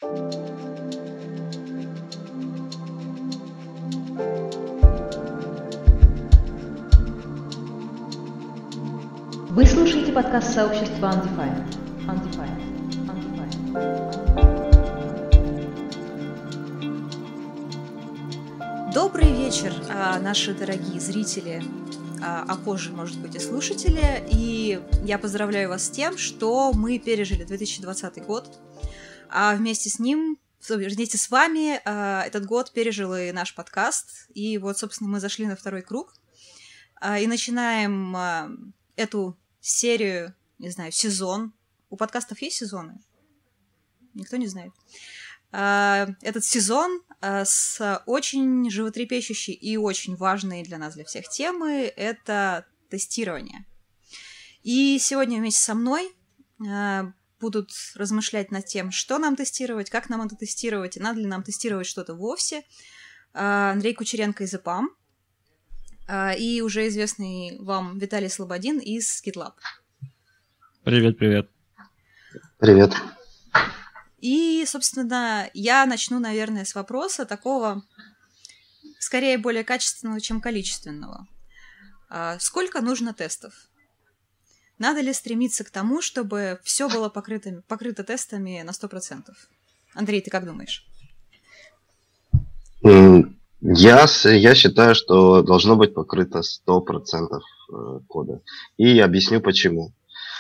Вы слушаете подкаст сообщества Undefined. Добрый вечер, наши дорогие зрители, а позже, может быть, и слушатели. И я поздравляю вас с тем, что мы пережили 2020 год, а вместе с вами этот год пережил и наш подкаст. И вот, собственно, мы зашли на второй круг и начинаем эту серию, не знаю, сезон. У подкастов есть сезоны? Никто не знает. Этот сезон с очень животрепещущей и очень важной для нас, для всех темы — это тестирование. И сегодня вместе со мной будут размышлять над тем, что нам тестировать, как нам это тестировать, и надо ли нам тестировать что-то вовсе. Андрей Кучеренко из EPAM и уже известный вам Виталий Слободин из GitLab. Привет. Привет. И, собственно, я начну, наверное, с вопроса такого, скорее, более качественного, чем количественного. Сколько нужно тестов? Надо ли стремиться к тому, чтобы все было покрыто тестами на 100%? Андрей, ты как думаешь? Я считаю, что должно быть покрыто 100% кода. И объясню почему.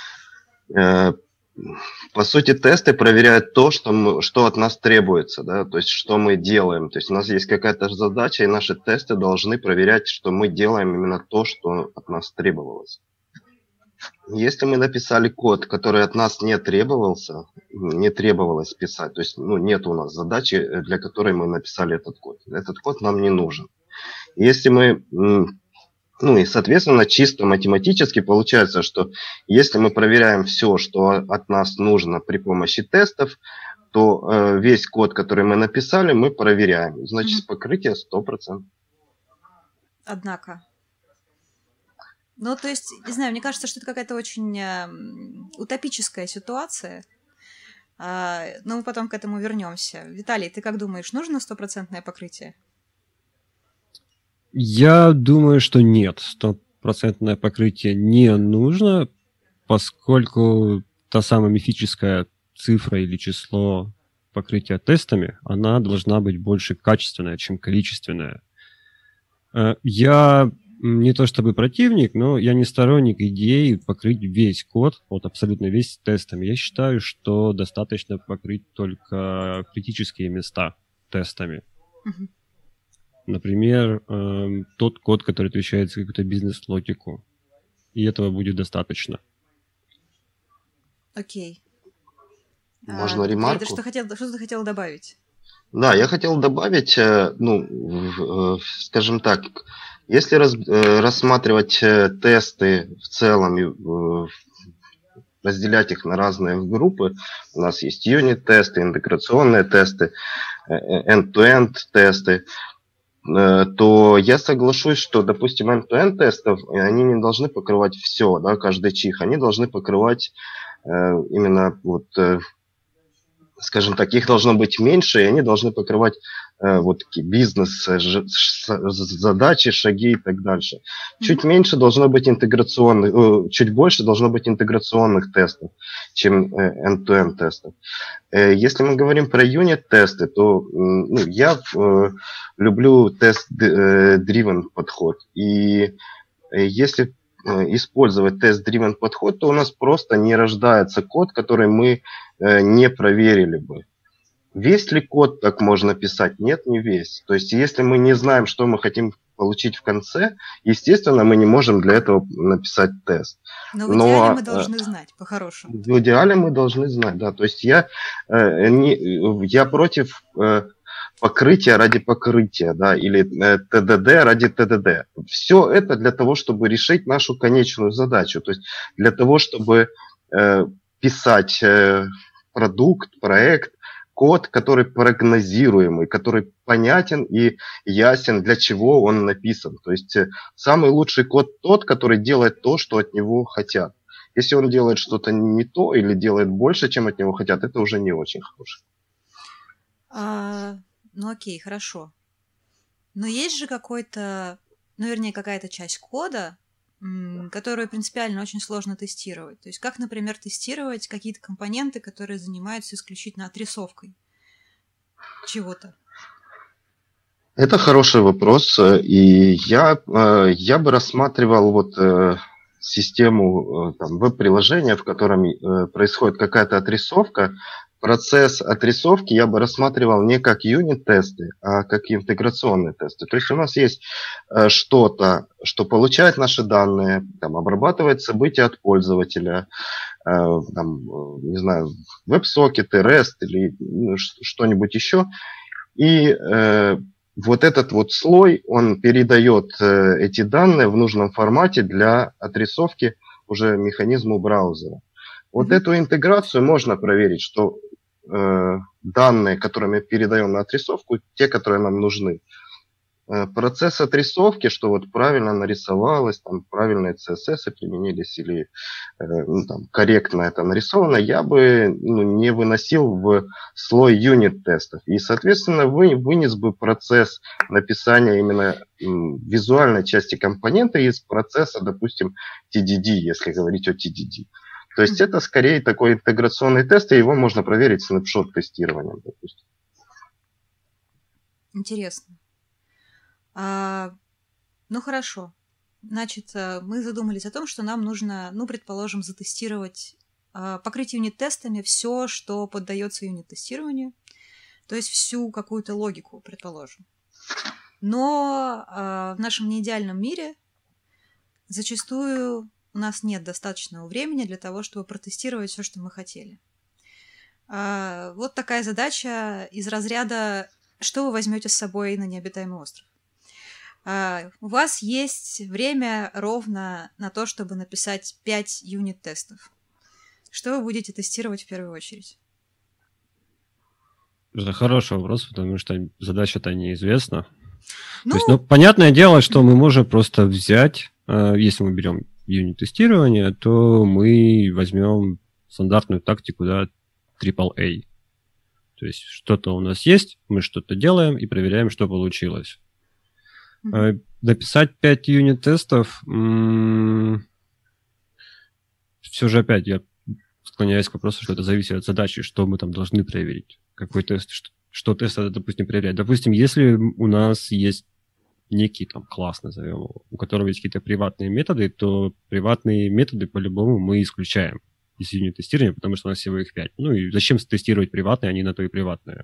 По сути, тесты проверяют то, что от нас требуется, да, то есть что мы делаем. То есть у нас есть какая-то задача, и наши тесты должны проверять, что мы делаем именно то, что от нас требовалось. Если мы написали код, который от нас не требовалось писать, то есть нет у нас задачи, для которой мы написали этот код нам не нужен. Если мы... и, соответственно, чисто математически получается, что если мы проверяем все, что от нас нужно при помощи тестов, то весь код, который мы написали, мы проверяем. Значит, покрытие 100%. Однако. То есть, не знаю, мне кажется, что это какая-то очень утопическая ситуация. Но мы потом к этому вернемся. Виталий, ты как думаешь, нужно 100% покрытие? Я думаю, что нет, 100% покрытие не нужно, поскольку та самая мифическая цифра или число покрытия тестами, она должна быть больше качественная, чем количественная. Я не то чтобы противник, но я не сторонник идеи покрыть весь код, абсолютно весь тестами. Я считаю, что достаточно покрыть только критические места тестами. Uh-huh. Например, тот код, который отвечает за какую-то бизнес-логику. И этого будет достаточно. Окей. Можно ремарку? Что ты хотел добавить? Да, я хотел добавить, скажем так, если рассматривать тесты в целом и разделять их на разные группы, у нас есть юнит-тесты, интеграционные тесты, end-to-end тесты, то я соглашусь, что, допустим, end-to-end тестов, они не должны покрывать все, да, каждый чих, они должны покрывать именно скажем так, их должно быть меньше, и они должны покрывать такие бизнес-задачи, шаги и так дальше. Чуть меньше должно быть чуть больше должно быть интеграционных тестов, чем end-to-end тестов. Если мы говорим про юнит-тесты, то я люблю тест-driven подход. И если использовать тест-driven подход, то у нас просто не рождается код, который мы не проверили бы. Весь ли код так можно писать? Нет, не весь. То есть, если мы не знаем, что мы хотим получить в конце, естественно, мы не можем для этого написать тест. Но в идеале мы должны знать, по-хорошему. В идеале мы должны знать, да. То есть, я против покрытия ради покрытия, да, или ТДД ради ТДД. Все это для того, чтобы решить нашу конечную задачу. То есть, для того, чтобы писать продукт, проект, код, который прогнозируемый, который понятен и ясен, для чего он написан. То есть самый лучший код тот, который делает то, что от него хотят. Если он делает что-то не то или делает больше, чем от него хотят, это уже не очень хорошо. Ну окей, хорошо. Но есть же какой-то, ну, вернее, какая-то часть кода, которую принципиально очень сложно тестировать. То есть как, например, тестировать какие-то компоненты, которые занимаются исключительно отрисовкой чего-то? Это хороший вопрос, и я бы рассматривал вот систему там, веб-приложения, в котором происходит какая-то отрисовка. Процесс отрисовки я бы рассматривал не как юнит-тесты, а как интеграционные тесты. То есть у нас есть что-то, что получает наши данные, там, обрабатывает события от пользователя, там, не знаю, веб-сокеты, REST или что-нибудь еще. И вот этот вот слой, он передает эти данные в нужном формате для отрисовки уже механизму браузера. Вот эту интеграцию можно проверить, что данные, которые мы передаем на отрисовку, те, которые нам нужны. Процесс отрисовки, что вот правильно нарисовалось, там правильные CSS применились или ну, там, корректно это нарисовано, я бы не выносил в слой юнит-тестов. И, соответственно, вынес бы процесс написания именно визуальной части компонента из процесса, допустим, TDD, если говорить о TDD. То есть это скорее такой интеграционный тест, и его можно проверить снапшот-тестированием, допустим. Интересно. Ну хорошо. Значит, мы задумались о том, что нам нужно, ну, предположим, затестировать, покрыть юнит-тестами все, что поддается юнит-тестированию, то есть всю какую-то логику, предположим. Но в нашем неидеальном мире зачастую у нас нет достаточного времени для того, чтобы протестировать все, что мы хотели. Вот такая задача из разряда «Что вы возьмете с собой на необитаемый остров?». У вас есть время ровно на то, чтобы написать 5 юнит-тестов. Что вы будете тестировать в первую очередь? Это хороший вопрос, потому что задача-то неизвестна. То есть, понятное дело, что мы можем просто взять, если мы берем юнит-тестирование, то мы возьмем стандартную тактику, да, AAA. То есть что-то у нас есть, мы что-то делаем и проверяем, что получилось. Дописать 5 юнит-тестов, все же опять я склоняюсь к вопросу, что это зависит от задачи, что мы там должны проверить. Какой тест, что тест надо, допустим, проверять. Допустим, если у нас есть некий там класс, назовем его, у которого есть какие-то приватные методы, то приватные методы по-любому мы исключаем из юнит-тестирования, потому что у нас всего их 5. Ну и зачем тестировать приватные, они на то и приватные.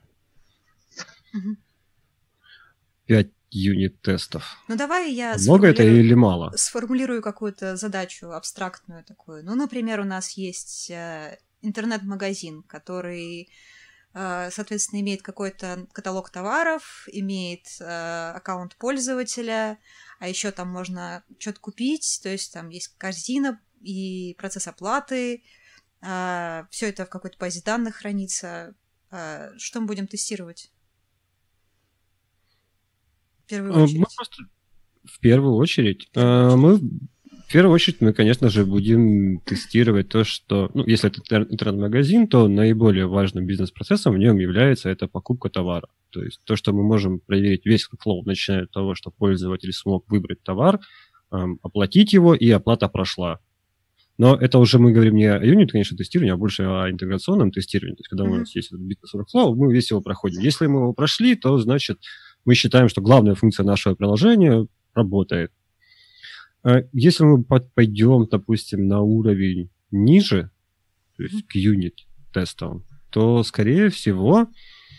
5 юнит-тестов. Ну, давай я много это или мало? Сформулирую какую-то задачу абстрактную такую. Ну, например, у нас есть интернет-магазин, который, соответственно, имеет какой-то каталог товаров, имеет аккаунт пользователя, а еще там можно что-то купить, то есть там есть корзина и процесс оплаты, все это в какой-то базе данных хранится. Что мы будем тестировать? В первую очередь. В первую очередь мы, конечно же, будем тестировать то, что, ну, если это интернет-магазин, то наиболее важным бизнес-процессом в нем является это покупка товара. То есть то, что мы можем проверить весь флоу, начиная от того, что пользователь смог выбрать товар, оплатить его, и оплата прошла. Но это уже мы говорим не о юнит, конечно, тестировании, а больше о интеграционном тестировании. То есть когда у нас есть этот бизнес-флоу, мы весь его проходим. Если мы его прошли, то, значит, мы считаем, что главная функция нашего приложения работает. Если мы пойдем, допустим, на уровень ниже, то есть к юнит-тестам, то, скорее всего,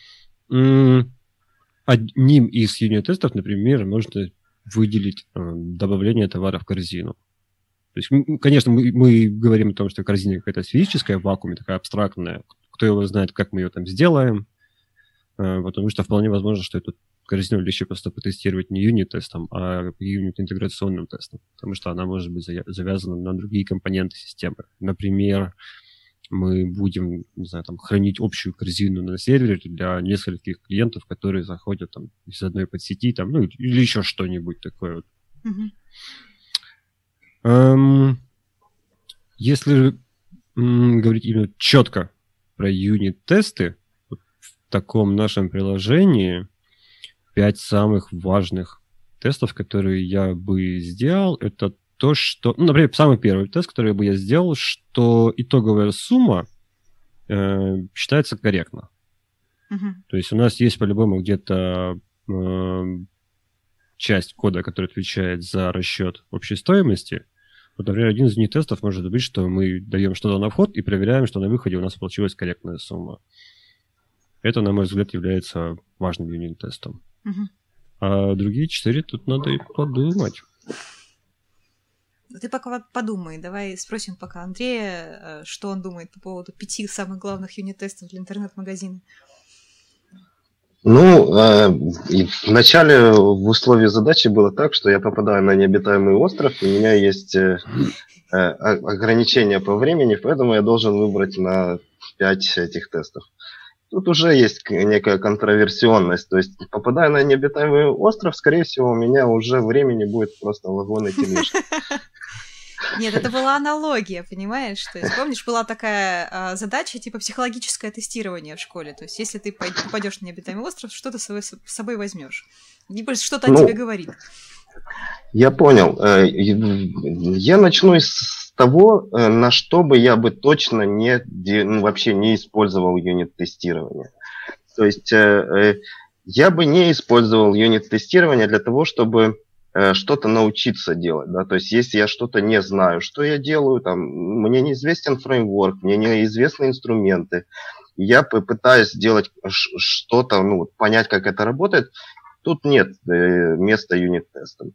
одним из юнит-тестов, например, можно выделить добавление товара в корзину. То есть, конечно, мы говорим о том, что корзина какая-то сферическая в вакууме, такая абстрактная. Кто его знает, как мы ее там сделаем. Потому что вполне возможно, что эту корзину легче просто потестировать не юнит-тестом, а юнит-интеграционным тестом. Потому что она может быть завязана на другие компоненты системы. Например, мы будем, не знаю, там, хранить общую корзину на сервере для нескольких клиентов, которые заходят там из одной подсети, там, ну, или еще что-нибудь такое вот. Если говорить именно четко про юнит-тесты, таком нашем приложении 5 самых важных тестов, которые я бы сделал, это то, что... Ну, например, самый первый тест, который бы я сделал, что итоговая сумма считается корректно. То есть у нас есть по-любому где-то часть кода, которая отвечает за расчет общей стоимости. Вот, например, один из юнит-тестов может быть, что мы даем что-то на вход и проверяем, что на выходе у нас получилась корректная сумма. Это, на мой взгляд, является важным юнит-тестом. А другие 4 тут надо и подумать. Ты пока подумай. Давай спросим пока Андрея, что он думает по поводу 5 самых главных юнит-тестов для интернет-магазина. Ну, вначале в условии задачи было так, что я попадаю на необитаемый остров, и у меня есть ограничения по времени, поэтому я должен выбрать на 5 этих тестов. Тут уже есть некая контроверсионность, то есть попадая на необитаемый остров, скорее всего, у меня уже времени будет просто вагон и тележка. Нет, это была аналогия, понимаешь? То есть, помнишь, была такая задача, типа психологическое тестирование в школе. То есть, если ты попадешь на необитаемый остров, что ты с собой возьмешь? Что-то о тебе говорит. Я понял. Я начну с того, на что бы я бы точно вообще не использовал юнит-тестирование. То есть, я бы не использовал юнит-тестирование для того, чтобы что-то научиться делать, да, то есть если я что-то не знаю, что я делаю, там, мне неизвестен фреймворк, мне неизвестны инструменты, я пытаюсь сделать что-то, ну, понять, как это работает, тут нет места юнит-тестам.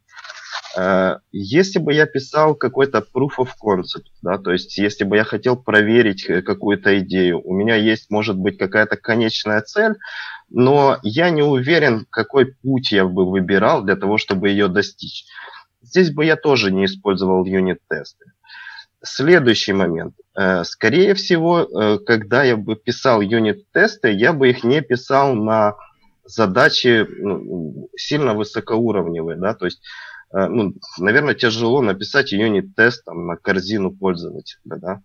Если бы я писал какой-то proof of concept, да, то есть если бы я хотел проверить какую-то идею, у меня есть, может быть, какая-то конечная цель, но я не уверен, какой путь я бы выбирал для того, чтобы ее достичь. Здесь бы я тоже не использовал юнит-тесты. Следующий момент. Скорее всего, когда я бы писал юнит-тесты, я бы их не писал на задачи сильно высокоуровневые, да, то есть наверное, тяжело написать юнит-тест на корзину пользователя, да.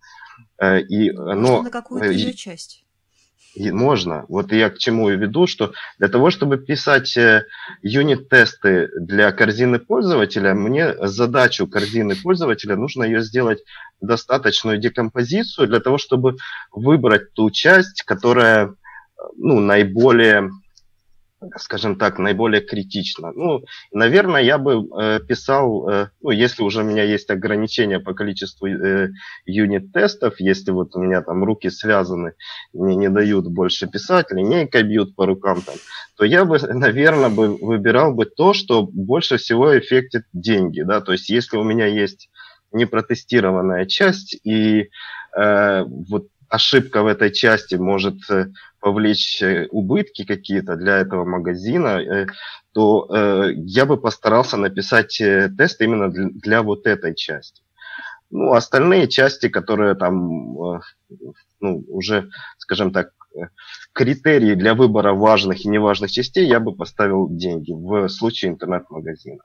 Можно на какую-то ее часть. Можно. Вот я к чему и веду, что для того, чтобы писать юнит-тесты для корзины пользователя, мне задачу корзины пользователя нужно ее сделать достаточную декомпозицию для того, чтобы выбрать ту часть, которая наиболее, скажем так, наиболее критично. Наверное, я бы писал, если уже у меня есть ограничения по количеству юнит-тестов, если вот у меня там руки связаны, мне не дают больше писать, линейкой бьют по рукам, то я бы, наверное, выбирал бы то, что больше всего эффектит деньги, да, то есть если у меня есть непротестированная часть и вот ошибка в этой части может повлечь убытки какие-то для этого магазина, то я бы постарался написать тест именно для вот этой части. Остальные части, которые там, уже, скажем так, критерии для выбора важных и неважных частей, я бы поставил деньги в случае интернет-магазина.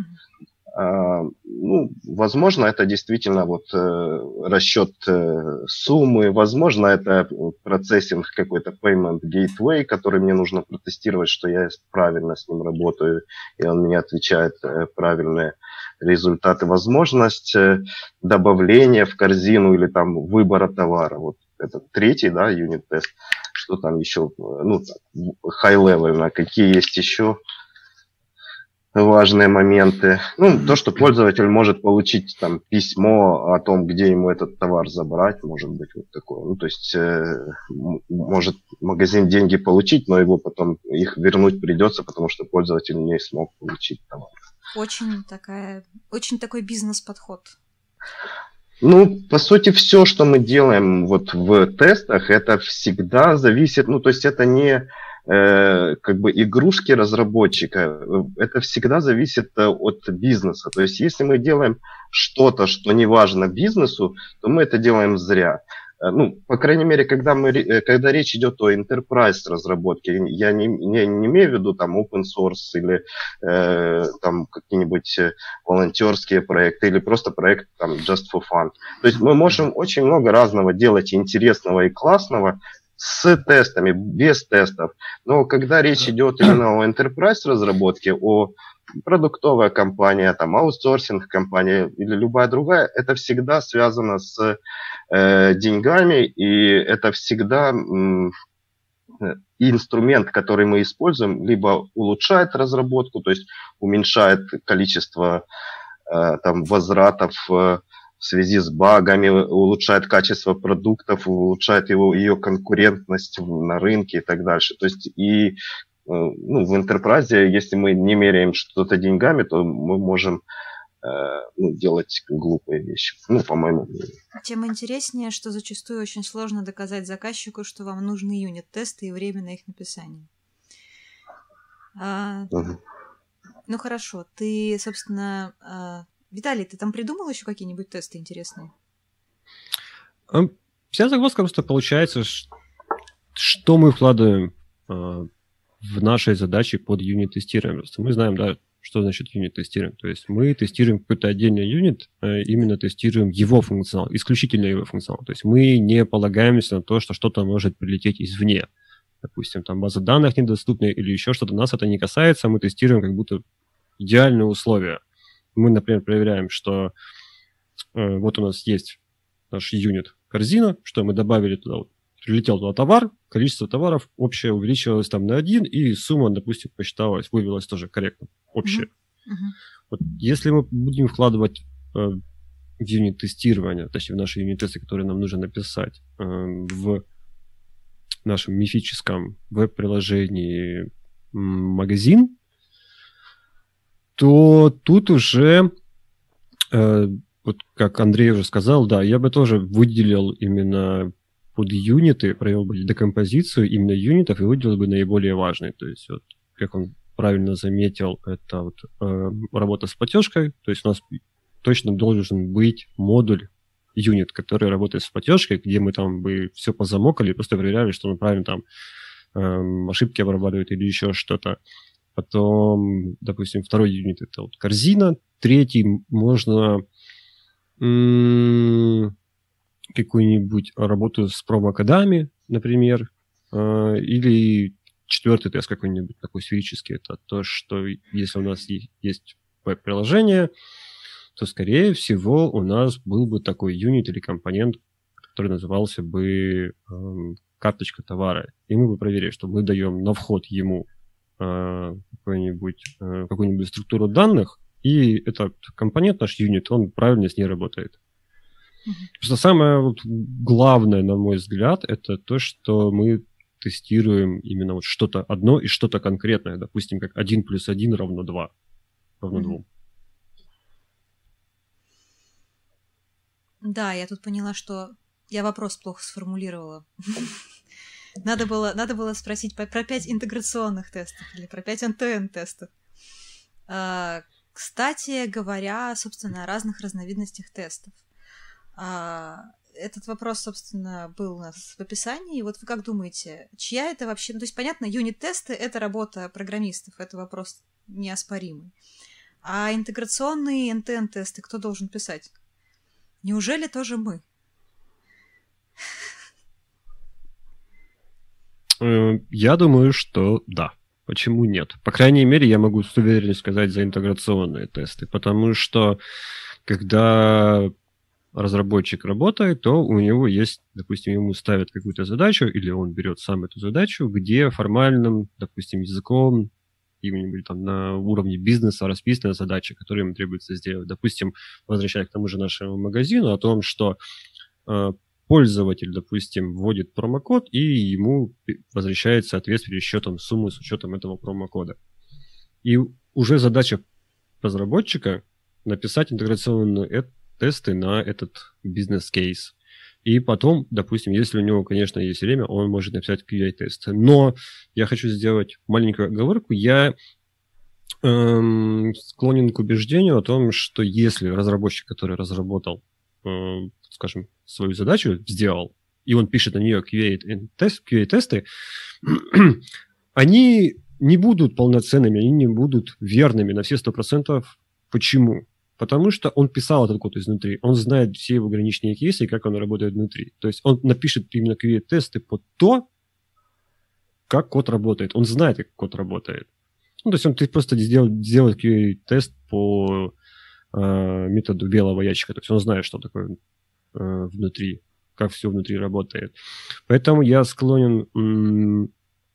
Возможно, это действительно расчет суммы, возможно, это процессинг какой-то payment gateway, который мне нужно протестировать, что я правильно с ним работаю, и он мне отвечает правильные результаты. Возможность добавления в корзину или там выбора товара. Вот это третий, да, юнит-тест. Что там еще? High-level, какие есть еще важные моменты. То, что пользователь может получить там письмо о том, где ему этот товар забрать, может быть вот такое. То есть может магазин деньги получить, но его потом их вернуть придется, потому что пользователь не смог получить товар. Очень такой бизнес-подход. По сути, все, что мы делаем вот в тестах, это всегда зависит, то есть это не игрушки разработчика, это всегда зависит от бизнеса. То есть если мы делаем что-то, что не важно бизнесу, то мы это делаем зря. По крайней мере, когда речь идет о enterprise разработке, я не имею в виду там open source или там какие-нибудь волонтерские проекты или просто проект там just for fun. То есть мы можем очень много разного делать интересного и классного с тестами, без тестов. Но когда речь идет именно о enterprise разработке, о продуктовая компания, там, аутсорсинг компания или любая другая, это всегда связано с деньгами, и это всегда инструмент, который мы используем, либо улучшает разработку, то есть уменьшает количество там, возвратов в связи с багами, улучшает качество продуктов, улучшает ее конкурентность на рынке и так дальше. То есть и в enterprise, если мы не меряем что-то деньгами, то мы можем делать глупые вещи, по моему мнению. Тем интереснее, что зачастую очень сложно доказать заказчику, что вам нужны юнит-тесты и время на их написание. Ну хорошо, ты, собственно... Виталий, ты там придумал еще какие-нибудь тесты интересные? Вся загвоздка просто получается, что мы вкладываем в наши задачи под юнит-тестированием. Мы знаем, да, что значит юнит-тестирование. То есть мы тестируем какой-то отдельный юнит, именно тестируем его функционал, исключительно его функционал. То есть мы не полагаемся на то, что что-то может прилететь извне. Допустим, там база данных недоступна или еще что-то. Нас это не касается, мы тестируем как будто идеальные условия. Мы, например, проверяем, что вот у нас есть наш юнит корзина, что мы добавили туда, прилетел туда товар, количество товаров общее увеличивалось там на 1, и сумма, допустим, посчиталась, вывелась тоже корректно, общая. Вот если мы будем вкладывать в юнит тестирования, точнее в наши юнит-тесты, которые нам нужно написать в нашем мифическом веб-приложении магазин, то тут уже, вот как Андрей уже сказал, да, я бы тоже выделил именно под юниты, провел бы декомпозицию именно юнитов и выделил бы наиболее важные. То есть, вот, как он правильно заметил, это вот, работа с платежкой, то есть у нас точно должен быть модуль юнит, который работает с платежкой, где мы там бы все позамокали, просто проверяли, что он правильно там ошибки обрабатывает или еще что-то. Потом, допустим, второй юнит – это вот корзина. Третий можно какую-нибудь работу с промокодами, например. Или четвертый тест какой-нибудь такой сферический. Это то, что если у нас есть веб-приложение, то, скорее всего, у нас был бы такой юнит или компонент, который назывался бы карточка товара. И мы бы проверили, что мы даем на вход ему какую-нибудь структуру данных, и этот компонент, наш юнит, он правильно с ней работает. Просто самое вот главное, на мой взгляд, это то, что мы тестируем именно вот что-то одно и что-то конкретное. Допустим, как 1 + 1 равно 2. Равно 2. Да, я тут поняла, что я вопрос плохо сформулировала. Надо было спросить про 5 интеграционных тестов или про 5 end-to-end тестов. Кстати говоря, собственно, о разных разновидностях тестов. Этот вопрос, собственно, был у нас в описании. И вот вы как думаете, чья это вообще... Ну, то есть, понятно, юнит-тесты — это работа программистов, это вопрос неоспоримый. А интеграционные end-to-end тесты кто должен писать? Неужели тоже мы? Я думаю, что да. Почему нет? По крайней мере, я могу с уверенностью сказать за интеграционные тесты, потому что когда разработчик работает, то у него есть, допустим, ему ставят какую-то задачу, или он берет сам эту задачу, где формальным, допустим, языком, каким-нибудь там на уровне бизнеса расписана задача, которую ему требуется сделать. Допустим, возвращаясь к тому же нашему магазину, о том, что пользователь, допустим, вводит промокод, и ему возвращает соответствующую там сумму с учетом этого промокода. И уже задача разработчика написать интеграционные тесты на этот бизнес-кейс. И потом, допустим, если у него, конечно, есть время, он может написать QA-тесты. Но я хочу сделать маленькую оговорку. Я склонен к убеждению о том, что если разработчик, который разработал, скажем, свою задачу, сделал, и он пишет на нее QA-тесты, они не будут полноценными, они не будут верными на все 100%. Почему? Потому что он писал этот код изнутри. Он знает все его граничные кейсы и как он работает внутри. То есть он напишет именно QA-тесты под то, как код работает. Он знает, как код работает. Ну, то есть он просто сделает QA-тест по методу белого ящика. То есть он знает, что такое внутри, как все внутри работает. Поэтому я склонен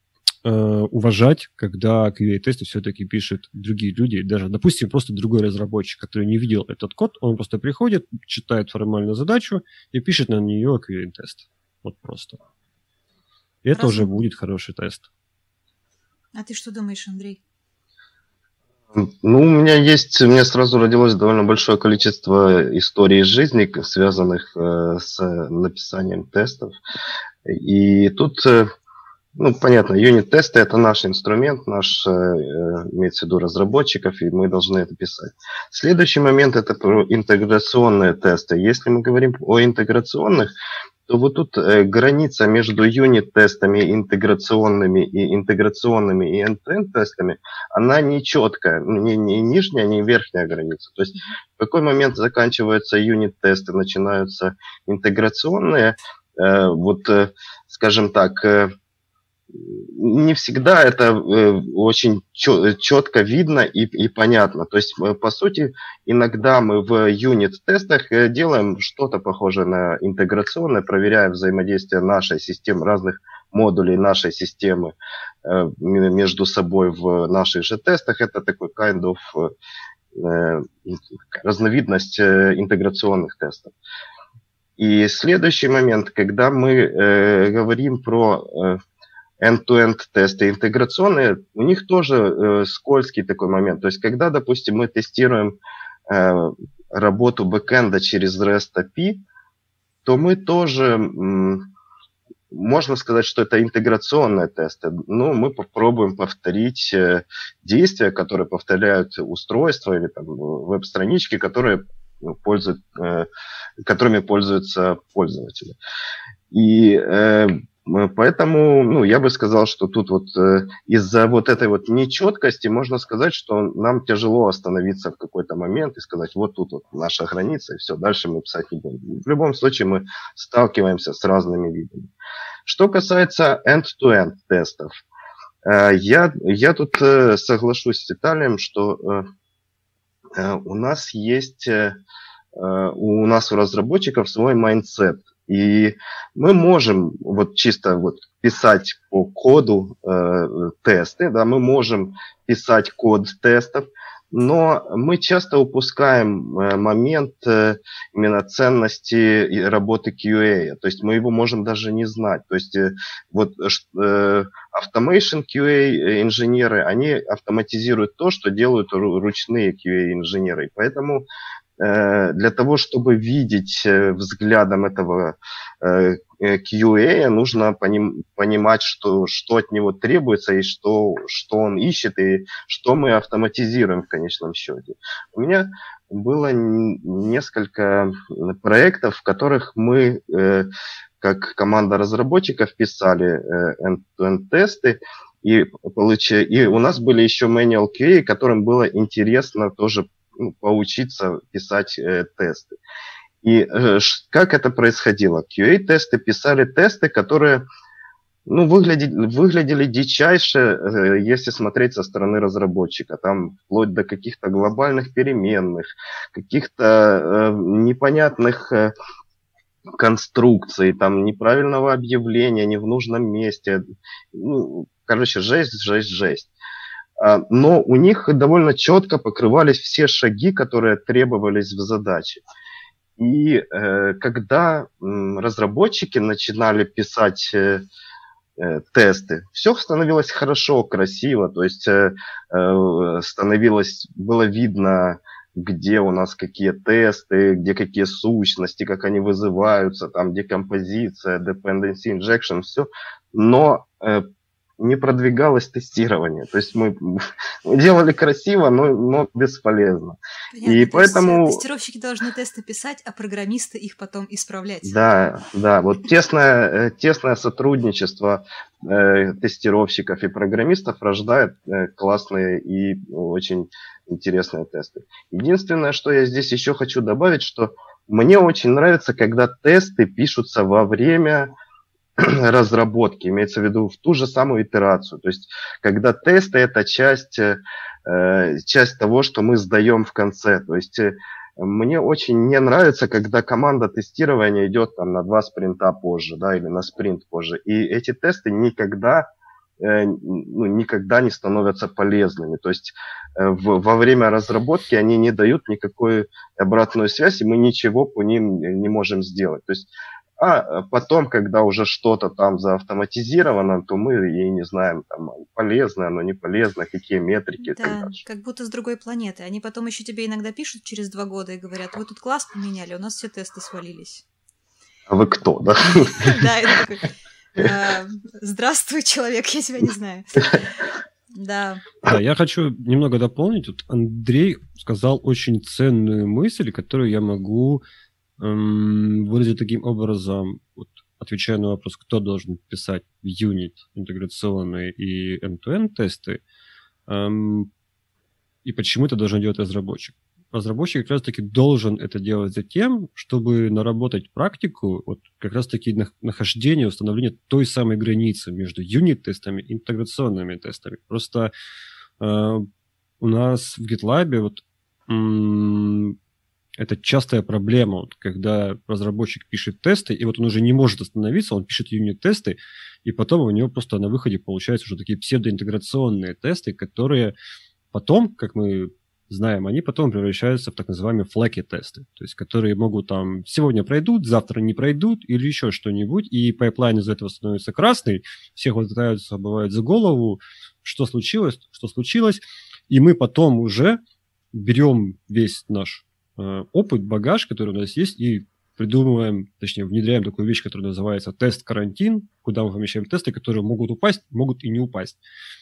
уважать, когда QA-тесты все-таки пишут другие люди, даже, допустим, просто другой разработчик, который не видел этот код, он просто приходит, читает формальную задачу и пишет на нее QA-тест. Вот просто. И это уже будет хороший тест. А ты что думаешь, Андрей? Ну, у меня сразу родилось довольно большое количество историй из жизни, связанных с написанием тестов. И тут, ну, понятно, юнит-тесты – это наш инструмент, имеется в виду разработчиков, и мы должны это писать. Следующий момент – это про интеграционные тесты. Если мы говорим о интеграционных, то вот тут граница между юнит-тестами интеграционными и end-to-end тестами, она не четкая, не нижняя, не верхняя граница. То есть в какой момент заканчиваются юнит-тесты, начинаются интеграционные, скажем так, не всегда это очень четко видно и понятно. То есть, по сути, иногда мы в юнит-тестах делаем что-то похожее на интеграционное, проверяя взаимодействие нашей системы, разных модулей нашей системы между собой в наших же тестах. Это такой kind of разновидность интеграционных тестов. И следующий момент, когда мы говорим про end-to-end тесты интеграционные, у них тоже скользкий такой момент. То есть, когда, допустим, мы тестируем работу бэкэнда через REST API, то мы тоже, можно сказать, что это интеграционные тесты. Но мы попробуем повторить действия, которые повторяют устройства или там, веб-странички, которыми пользуются пользователи. И поэтому, я бы сказал, что тут вот из-за вот этой вот нечеткости можно сказать, что нам тяжело остановиться в какой-то момент и сказать, вот тут вот наша граница, и все, дальше мы писать не будем. В любом случае мы сталкиваемся с разными видами. Что касается end-to-end тестов, я тут соглашусь с Виталием, что у нас у разработчиков свой майндсет. И мы можем вот чисто вот писать по коду тесты, да, мы можем писать код тестов, но мы часто упускаем момент именно ценности работы QA. То есть мы его можем даже не знать. То есть вот automation QA инженеры, они автоматизируют то, что делают ручные QA инженеры. И поэтому для того, чтобы видеть взглядом этого QA, нужно понимать, что от него требуется, и что он ищет, и что мы автоматизируем в конечном счете. У меня было несколько проектов, в которых мы, как команда разработчиков, писали end-to-end тесты, и у нас были еще manual QA, которым было интересно тоже поучиться писать тесты. И как это происходило? QA-тесты писали тесты, которые выглядели дичайше, если смотреть со стороны разработчика. Там вплоть до каких-то глобальных переменных, каких-то непонятных конструкций, там неправильного объявления, не в нужном месте. Короче, жесть. Но у них довольно четко покрывались все шаги, которые требовались в задаче. И когда разработчики начинали писать тесты, все становилось хорошо, красиво, то есть было видно, где у нас какие тесты, где какие сущности, как они вызываются, там декомпозиция, dependency injection, все. Но не продвигалось тестирование. То есть мы делали красиво, но бесполезно. Понятно, И то поэтому... есть тестировщики должны тесты писать, а программисты их потом исправлять. Да, вот тесное сотрудничество тестировщиков и программистов рождает классные и очень интересные тесты. Единственное, что я здесь еще хочу добавить, что мне очень нравится, когда тесты пишутся во время разработки, имеется в виду в ту же самую итерацию. То есть, когда тесты – это часть того, что мы сдаем в конце. То есть, мне очень не нравится, когда команда тестирования идет там, на 2 спринта позже, да, или на спринт позже. И эти тесты никогда не становятся полезными. То есть во время разработки они не дают никакой обратную связь, и мы ничего по ним не можем сделать. То есть, а потом, когда уже что-то там заавтоматизировано, то мы и не знаем, там, полезно оно, не полезно, какие метрики и так Да, дальше. как будто с другой планеты. Они потом еще тебе иногда пишут через 2 года и говорят: вы тут класс поменяли, у нас все тесты свалились. А вы кто, да? Да, это такой: здравствуй, человек, я тебя не знаю. Да. Да, я хочу немного дополнить. Вот Андрей сказал очень ценную мысль, которую я могу выразить таким образом, вот, отвечая на вопрос, кто должен писать юнит, интеграционные и end-to-end тесты, и почему это должен делать разработчик. Разработчик как раз-таки должен это делать за тем, чтобы наработать практику, вот как раз-таки нахождение, установление той самой границы между юнит-тестами и интеграционными тестами. Просто у нас в GitLab вот, это частая проблема, вот, когда разработчик пишет тесты, и вот он уже не может остановиться, он пишет юнит-тесты, и потом у него просто на выходе получаются уже такие псевдоинтеграционные тесты, которые потом, как мы знаем, они потом превращаются в так называемые флеки-тесты, то есть которые могут там сегодня пройдут, завтра не пройдут или еще что-нибудь, и пайплайн из этого становится красный, всех хватаются, бывает, за голову, что случилось, и мы потом уже берем весь наш опыт, багаж, который у нас есть, и придумываем, точнее, внедряем такую вещь, которая называется тест-карантин, куда мы помещаем тесты, которые могут упасть, могут и не упасть.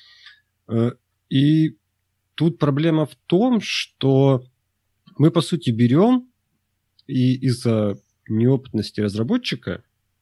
И тут проблема в том, что мы, по сути, берем и из-за неопытности разработчика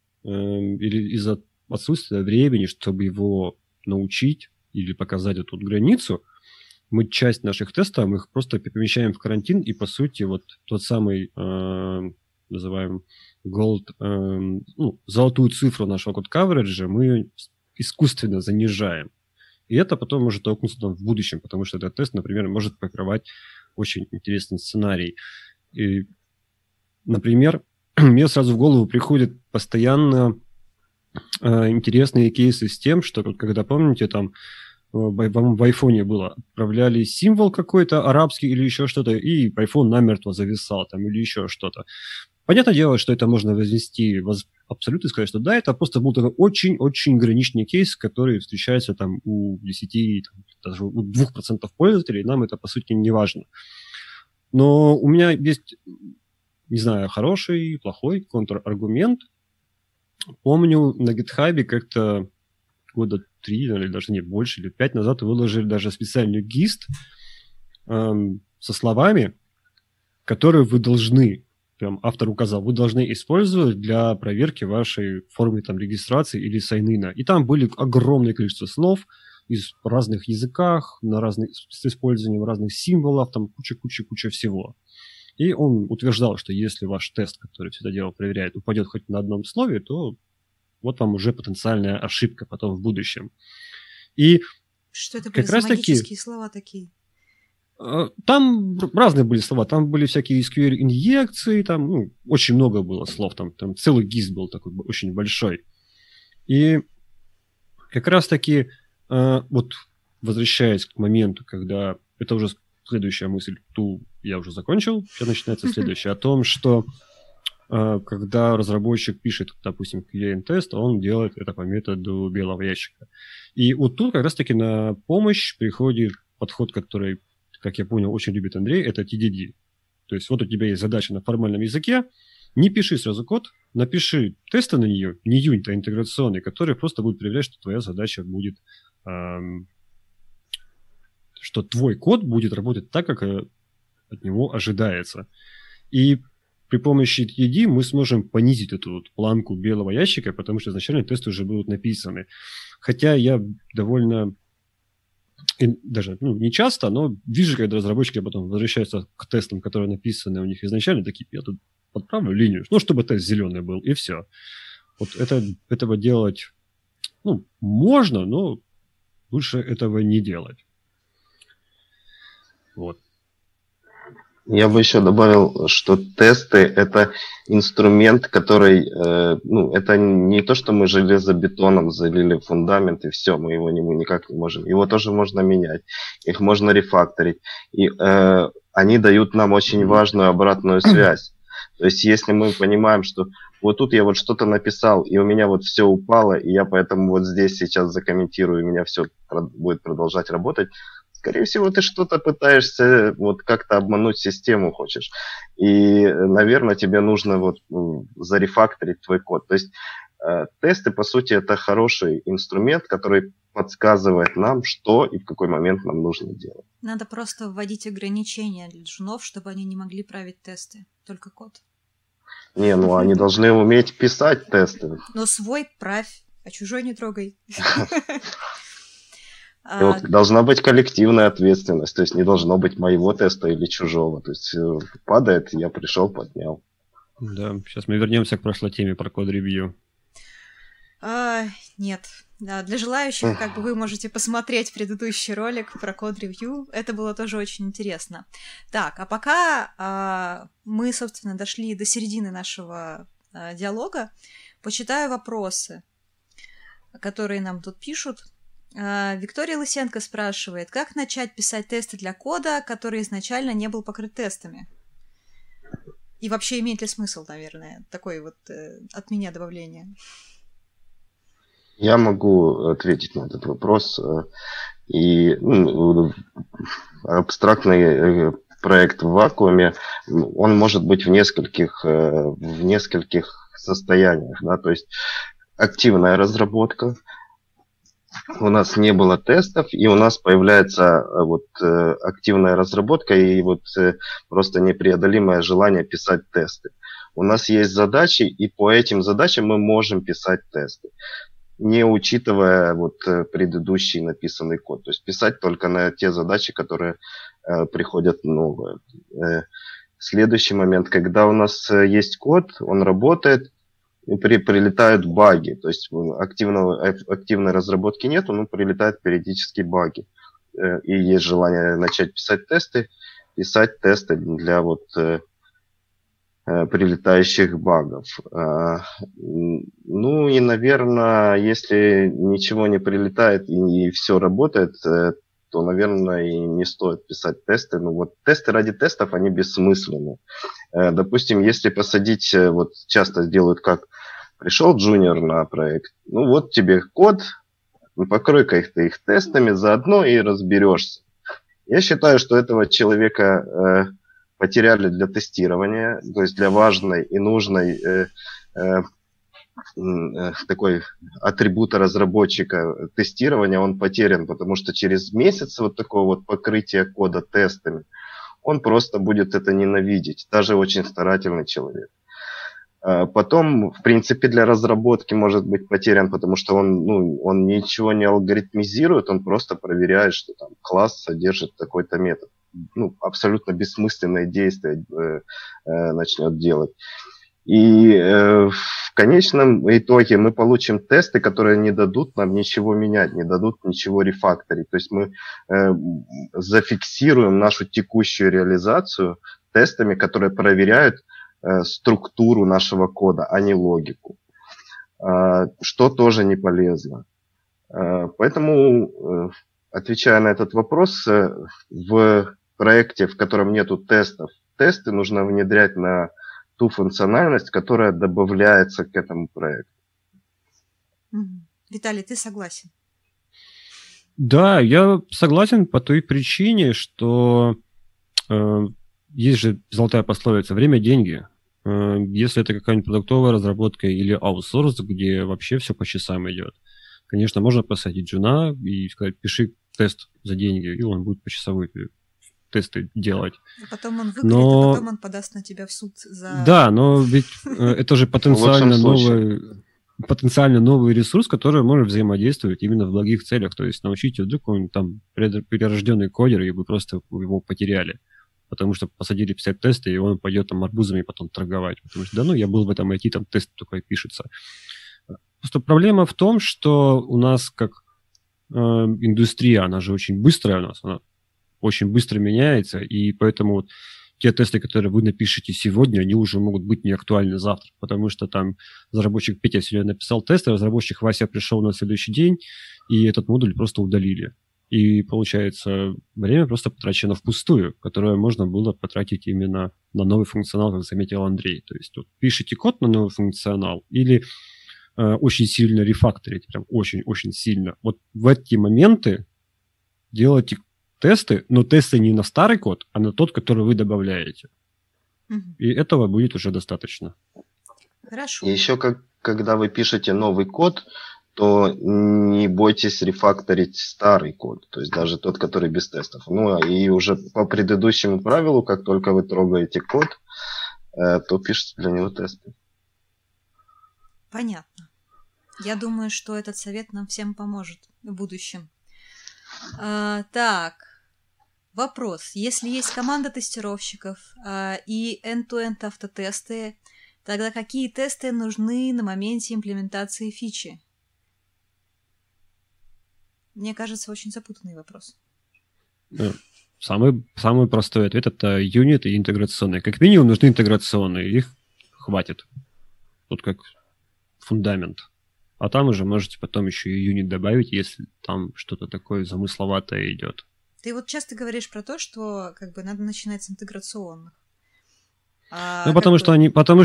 или из-за отсутствия времени, чтобы его научить или показать эту границу, мы часть наших тестов, мы их просто помещаем в карантин, и, по сути, вот тот самый, называемый gold, золотую цифру нашего код-кавериджа мы искусственно занижаем. И это потом может толкнуться там в будущем, потому что этот тест, например, может покрывать очень интересный сценарий. И, например, мне сразу в голову приходят постоянно интересные кейсы с тем, что, когда, помните, там, в айфоне было, отправляли символ какой-то арабский или еще что-то, и iPhone намертво зависал там или еще что-то. Понятное дело, что это можно вознести абсолютно и сказать, что да, это просто был такой очень-очень граничный кейс, который встречается там у 10, там, даже у 2% пользователей, нам это, по сути, не важно. Но у меня есть, не знаю, хороший, плохой контраргумент. Помню, на GitHub как-то года 3, или даже не больше, или 5 назад выложили даже специальный гист со словами, которые вы должны, прям автор указал, вы должны использовать для проверки вашей формы там, регистрации или сайнина. И там были огромное количество слов из разных языках, с использованием разных символов, там куча всего. И он утверждал, что если ваш тест, который все это дело проверяет, упадет хоть на одном слове, то вот вам уже потенциальная ошибка потом в будущем. И что это были как раз магические слова такие? Там разные были слова. Там были всякие SQL-инъекции, там очень много было слов. Там целый гист был такой очень большой. И как раз-таки вот возвращаясь к моменту, когда... Это уже следующая мысль. Ту я уже закончил. Сейчас начинается следующее. О том, что когда разработчик пишет, допустим, QA-тест, он делает это по методу белого ящика. И вот тут как раз-таки на помощь приходит подход, который, как я понял, очень любит Андрей, это TDD. То есть вот у тебя есть задача на формальном языке, Не пиши сразу код, напиши тесты на нее, не юнит, а интеграционные, которые просто будут проверять, что твоя задача будет, что твой код будет работать так, как от него ожидается. И при помощи TDD мы сможем понизить эту вот планку белого ящика, потому что изначально тесты уже будут написаны. Хотя я довольно, даже не часто, но вижу, когда разработчики потом возвращаются к тестам, которые написаны у них изначально, такие, я тут подправлю линию, чтобы тест зеленый был, и все. Вот этого делать, можно, но лучше этого не делать. Вот. Я бы еще добавил, что тесты – это инструмент, который, это не то, что мы железобетоном залили фундамент, и все, мы его никак не можем. Его тоже можно менять, их можно рефакторить. И они дают нам очень важную обратную связь. То есть, если мы понимаем, что вот тут я вот что-то написал, и у меня вот все упало, и я поэтому вот здесь сейчас закомментирую, и у меня все будет продолжать работать, скорее всего, ты что-то пытаешься вот как-то обмануть систему хочешь. И, наверное, тебе нужно вот зарефакторить твой код. То есть тесты, по сути, это хороший инструмент, который подсказывает нам, что и в какой момент нам нужно делать. Надо просто вводить ограничения для джунов, чтобы они не могли править тесты, только код. Не, они должны уметь писать тесты. Но свой правь, а чужой не трогай. И вот должна быть коллективная ответственность, то есть не должно быть моего теста или чужого. То есть падает, я пришел, поднял. Да, сейчас мы вернемся к прошлой теме про код-ревью. Нет. Да, для желающих, вы можете посмотреть предыдущий ролик про код-ревью. Это было тоже очень интересно. Так, а пока мы, собственно, дошли до середины нашего диалога, почитаю вопросы, которые нам тут пишут. Виктория Лысенко спрашивает, как начать писать тесты для кода, который изначально не был покрыт тестами? И вообще имеет ли смысл, наверное, такое вот от меня добавление? Я могу ответить на этот вопрос. И абстрактный проект в вакууме, он может быть в нескольких состояниях. Да? То есть активная разработка, у нас не было тестов, и у нас появляется активная разработка и просто непреодолимое желание писать тесты. У нас есть задачи, и по этим задачам мы можем писать тесты, не учитывая предыдущий написанный код. То есть писать только на те задачи, которые приходят новые. Следующий момент, когда у нас есть код, он работает, прилетают баги, то есть активной разработки нету, но прилетают периодически баги. И есть желание начать писать тесты для прилетающих багов. И, наверное, если ничего не прилетает и все работает, то, наверное, и не стоит писать тесты. Тесты ради тестов, они бессмысленны. Допустим, если посадить, часто делают как, пришел джуниор на проект, тебе код, покрой-ка их тестами заодно и разберешься. Я считаю, что этого человека потеряли для тестирования, то есть для важной и нужной такой атрибута разработчика тестирования он потерян, потому что через месяц такого покрытия кода тестами он просто будет это ненавидеть, даже очень старательный человек. Потом, в принципе, для разработки может быть потерян, потому что он ничего не алгоритмизирует, он просто проверяет, что там класс содержит такой-то метод. Абсолютно бессмысленные действия начнет делать. И в конечном итоге мы получим тесты, которые не дадут нам ничего менять, не дадут ничего рефакторить. То есть мы зафиксируем нашу текущую реализацию тестами, которые проверяют структуру нашего кода, а не логику, что тоже не полезно. Поэтому, отвечая на этот вопрос, в проекте, в котором нету тестов, тесты нужно внедрять на ту функциональность, которая добавляется к этому проекту. Виталий, ты согласен? Да, я согласен по той причине, что есть же золотая пословица «время – деньги». Если это какая-нибудь продуктовая разработка или аутсорс, где вообще все по часам идет, конечно, можно посадить джуна и сказать, пиши тест за деньги, и он будет почасовые тесты делать. А потом он выгорит, а потом он подаст на тебя в суд за... Да, но ведь это же потенциально новый ресурс, который может взаимодействовать именно в благих целях. То есть научите вдруг он там перерожденный кодер, и вы просто его потеряли. Потому что посадили писать тесты, и он пойдет там арбузами потом торговать. Потому что, да, ну, я был в этом IT, там тест такой пишется. Просто проблема в том, что у нас как индустрия, она же очень быстрая у нас, она очень быстро меняется, и поэтому вот те тесты, которые вы напишете сегодня, они уже могут быть не актуальны завтра, потому что там разработчик Петя сегодня написал тест, а разработчик Вася пришел на следующий день, и этот модуль просто удалили. И получается, время просто потрачено впустую, которое можно было потратить именно на новый функционал, как заметил Андрей. То есть вот, пишите код на новый функционал или очень сильно рефакторить, прям очень-очень сильно. Вот в эти моменты делайте тесты, но тесты не на старый код, а на тот, который вы добавляете. И этого будет уже достаточно. Хорошо. И еще, когда вы пишете новый код, то не бойтесь рефакторить старый код, то есть даже тот, который без тестов. Ну, и уже по предыдущему правилу, как только вы трогаете код, то пишите для него тесты. Понятно. Я думаю, что этот совет нам всем поможет в будущем. Так, вопрос. Если есть команда тестировщиков и end-to-end автотесты, тогда какие тесты нужны на моменте имплементации фичи? Мне кажется, очень запутанный вопрос. Самый простой ответ – это юнит и интеграционные. Как минимум нужны интеграционные, их хватит. Тут как фундамент. А там уже можете потом еще и юнит добавить, если там что-то такое замысловатое идет. Ты вот часто говоришь про то, что как бы надо начинать с интеграционных. Потому что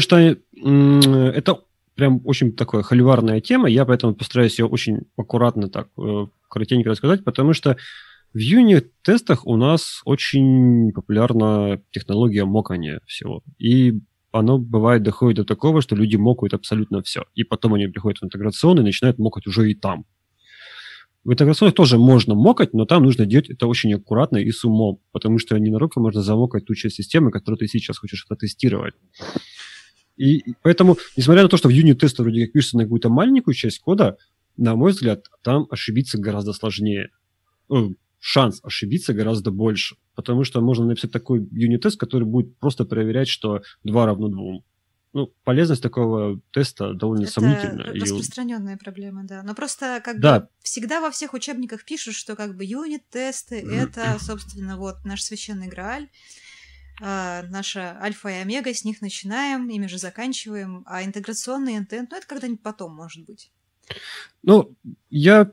это прям очень такая холиварная тема, я поэтому постараюсь ее очень аккуратно так коротенько рассказать, потому что в юнит-тестах у нас очень популярна технология мокания всего. И оно бывает доходит до такого, что люди мокают абсолютно все. И потом они приходят в интеграционный и начинают мокать уже и там. В интеграционных тоже можно мокать, но там нужно делать это очень аккуратно и с умом, потому что ненароком можно замокать ту часть системы, которую ты сейчас хочешь протестировать. И поэтому, несмотря на то, что в юнит-тесте вроде как пишется на какую-то маленькую часть кода, на мой взгляд, там ошибиться гораздо сложнее. Шанс ошибиться гораздо больше, потому что можно написать такой юнит-тест, который будет просто проверять, что 2 равно 2. Ну, полезность такого теста довольно сомнительна. Это распространенная проблема, да. Но просто как бы всегда во всех учебниках пишут, что как бы юнит-тесты это, собственно, вот наш священный Грааль, наша альфа и омега, с них начинаем, ими же заканчиваем, а интеграционный end-to-end, это когда-нибудь потом, может быть. Ну, я,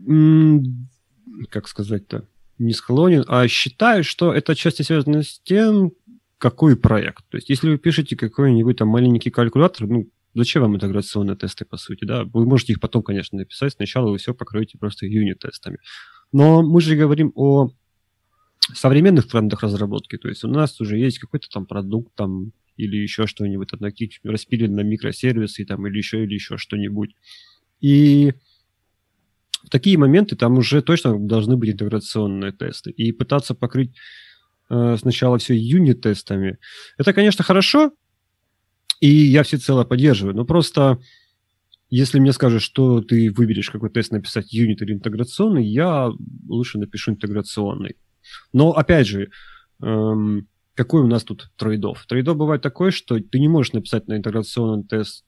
как сказать-то, не склонен, а считаю, что это отчасти связано с тем, какой проект. То есть, если вы пишете какой-нибудь там маленький калькулятор, ну, зачем вам интеграционные тесты, по сути, да? Вы можете их потом, конечно, написать, сначала вы все покроете просто юнит-тестами. Но мы же говорим о современных трендах разработки, то есть у нас уже есть какой-то там продукт там или еще что-нибудь, там, распилен на микросервисы там, или еще что-нибудь. И в такие моменты там уже точно должны быть интеграционные тесты. И пытаться покрыть сначала все юнит-тестами, это, конечно, хорошо, и я всецело поддерживаю, но просто если мне скажут, что ты выберешь какой тест написать, юнит или интеграционный, я лучше напишу интеграционный. Но, опять же, какой у нас тут трейд-офф? Трейд-офф бывает такой, что ты не можешь написать на интеграционный тест,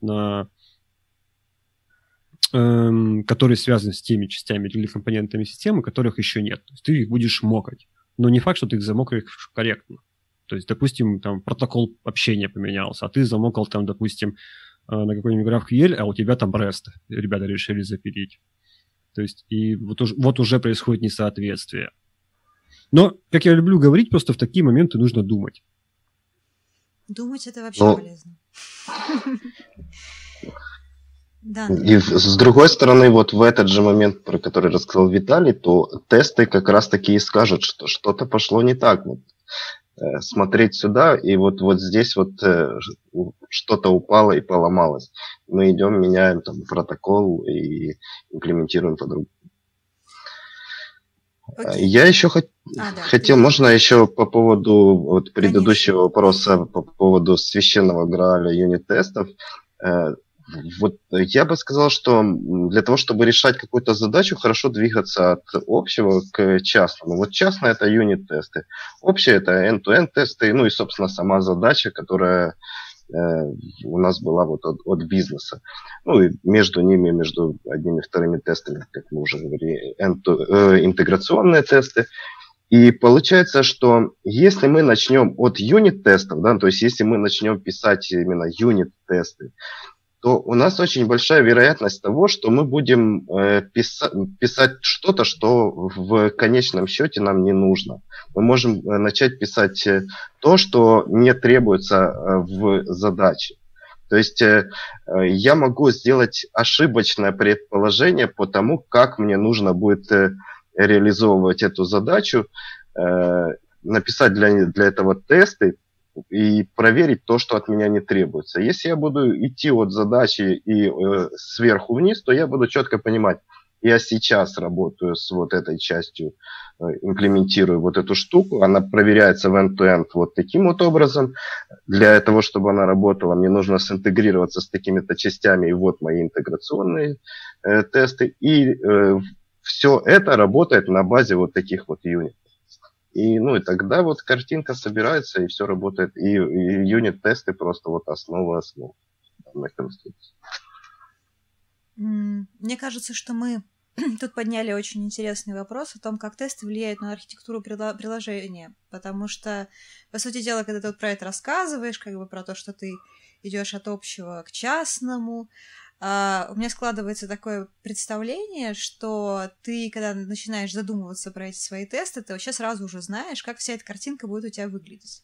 который связан с теми частями или компонентами системы, которых еще нет. То есть ты их будешь мокать. Но не факт, что ты их замокаешь корректно. То есть, допустим, там протокол общения поменялся, а ты замокал там, допустим, на какой-нибудь GraphQL, а у тебя там REST ребята решили запилить. То есть, и вот уже происходит несоответствие. Но, как я люблю говорить, просто в такие моменты нужно думать. Думать это вообще полезно. Да. И с другой стороны, вот в этот же момент, про который рассказал Виталий, то тесты как раз таки и скажут, что что-то пошло не так. Вот. смотреть сюда, и вот здесь вот что-то упало и поломалось. Мы идем, меняем там протокол и имплементируем по-другому. Окей. Я еще Да, хотел, можно еще по поводу вот предыдущего Конечно. вопроса, по поводу священного грааля юнит-тестов. Вот я бы сказал, что для того, чтобы решать какую-то задачу, хорошо двигаться от общего к частному. Вот частное – это юнит-тесты. Общее – это end-to-end тесты, ну и, собственно, сама задача, которая у нас была вот от бизнеса. Ну и между ними, между одними и вторыми тестами, как мы уже говорили, интеграционные тесты. И получается, что если мы начнем от юнит-тестов, да, то есть если мы начнем писать именно юнит-тесты, то у нас очень большая вероятность того, что мы будем писать что-то, что в конечном счете нам не нужно. Мы можем начать писать то, что не требуется в задаче. То есть я могу сделать ошибочное предположение по тому, как мне нужно будет реализовывать эту задачу, написать для этого тесты, и проверить то, что от меня не требуется. Если я буду идти от задачи и сверху вниз, то я буду четко понимать, я сейчас работаю с вот этой частью, имплементирую вот эту штуку, она проверяется в end-to-end вот таким вот образом. Для того, чтобы она работала, мне нужно синтегрироваться с такими-то частями, и вот мои интеграционные тесты. И все это работает на базе вот таких вот юнитов. И тогда вот картинка собирается, и все работает. И юнит-тесты просто вот основа данной конструкции. Мне кажется, что мы тут подняли очень интересный вопрос о том, как тесты влияют на архитектуру приложения. Потому что, по сути дела, когда ты вот про это рассказываешь, как бы про то, что ты идешь от общего к частному, у меня складывается такое представление, что ты, когда начинаешь задумываться про эти свои тесты, ты вообще сразу уже знаешь, как вся эта картинка будет у тебя выглядеть.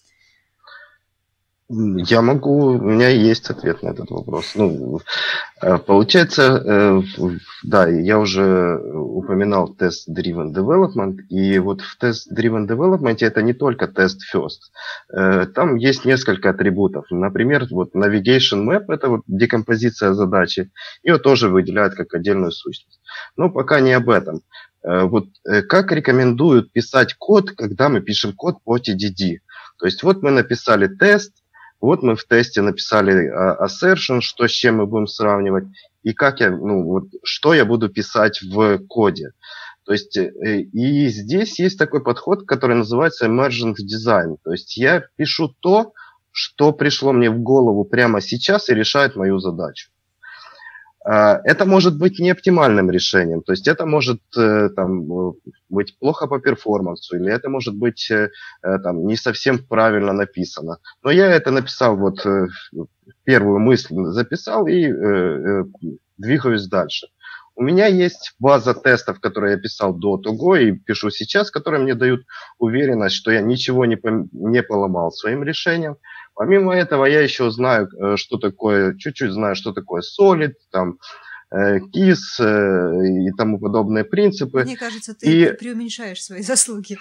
У меня есть ответ на этот вопрос. Получается, да, я уже упоминал Test-Driven Development, и вот в Test-Driven Development это не только Test First. Там есть несколько атрибутов. Например, вот Navigation Map – это вот декомпозиция задачи, ее тоже выделяют как отдельную сущность. Но пока не об этом. Вот как рекомендуют писать код, когда мы пишем код по TDD? То есть вот мы написали тест, вот мы в тесте написали assertion, что с чем мы будем сравнивать, и что я буду писать в коде. То есть, и здесь есть такой подход, который называется emergent design. То есть я пишу то, что пришло мне в голову прямо сейчас и решает мою задачу. Это может быть не оптимальным решением, то есть это может быть плохо по перформансу, или это может быть не совсем правильно написано. Но я это написал, первую мысль записал и двигаюсь дальше. У меня есть база тестов, которые я писал до того и пишу сейчас, которые мне дают уверенность, что я ничего не поломал своим решением. Помимо этого, я еще знаю, чуть-чуть знаю, что такое Solid, KISS и тому подобные принципы. Мне кажется, ты преуменьшаешь свои заслуги.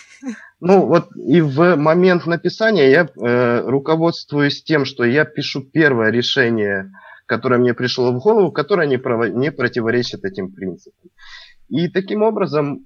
И в момент написания я руководствуюсь тем, что я пишу первое решение, которое мне пришло в голову, которое не противоречит этим принципам. И таким образом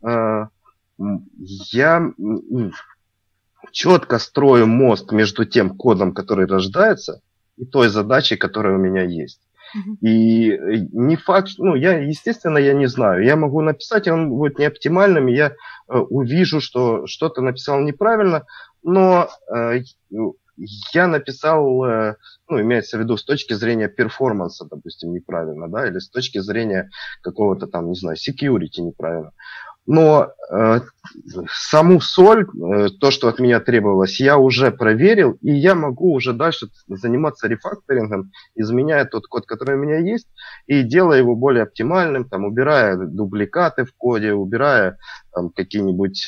я четко строю мост между тем кодом, который рождается, и той задачей, которая у меня есть. И не факт, естественно, я не знаю. Я могу написать, и он будет не оптимальным, и я увижу, что что-то написал неправильно, но я написал, имеется в виду с точки зрения перформанса, допустим, неправильно, да, или с точки зрения какого-то security неправильно. Но саму соль, то, что от меня требовалось, я уже проверил, и я могу уже дальше заниматься рефакторингом, изменяя тот код, который у меня есть, и делая его более оптимальным, убирая дубликаты в коде, убирая какие-нибудь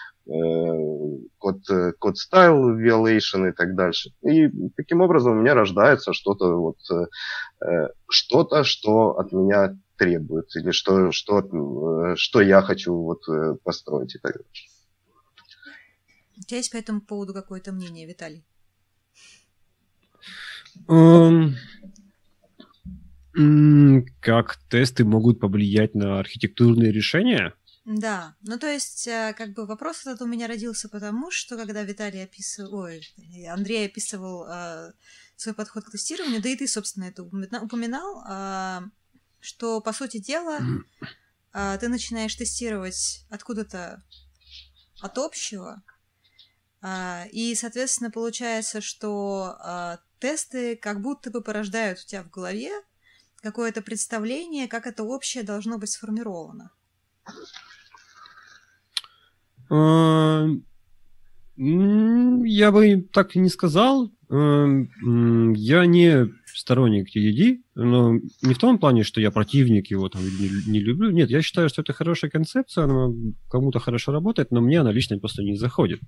код style violation и так дальше. И таким образом у меня рождается что-то, что от меня требуется, или что я хочу построить и так дальше. У тебя есть по этому поводу какое-то мнение, Виталий? Как тесты могут повлиять на архитектурные решения? Да, ну то есть, как бы вопрос этот у меня родился потому, что когда Андрей описывал свой подход к тестированию, да и ты, собственно, это упоминал, что, по сути дела, ты начинаешь тестировать откуда-то от общего, и, соответственно, получается, что тесты как будто бы порождают у тебя в голове какое-то представление, как это общее должно быть сформировано. Я бы так и не сказал. Я не сторонник TDD, но не в том плане, что я противник его там не люблю. Нет, я считаю, что это хорошая концепция, она кому-то хорошо работает, но мне она лично просто не заходит.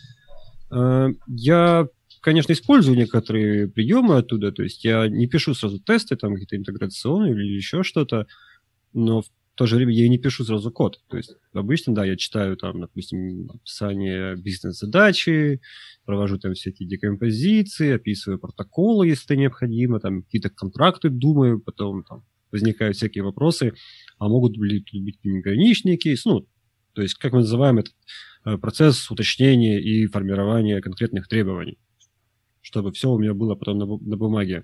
Я, конечно, использую некоторые приемы оттуда, то есть я не пишу сразу тесты, там какие-то интеграционные или еще что-то, но в то же время я и не пишу сразу код. То есть обычно, да, я читаю там, допустим, описание бизнес-задачи, провожу там всякие декомпозиции, описываю протоколы, если это необходимо, там какие-то контракты думаю, потом там возникают всякие вопросы, а могут ли тут быть пограничные кейсы, ну, то есть, как мы называем этот процесс уточнения и формирования конкретных требований, чтобы все у меня было потом на бумаге.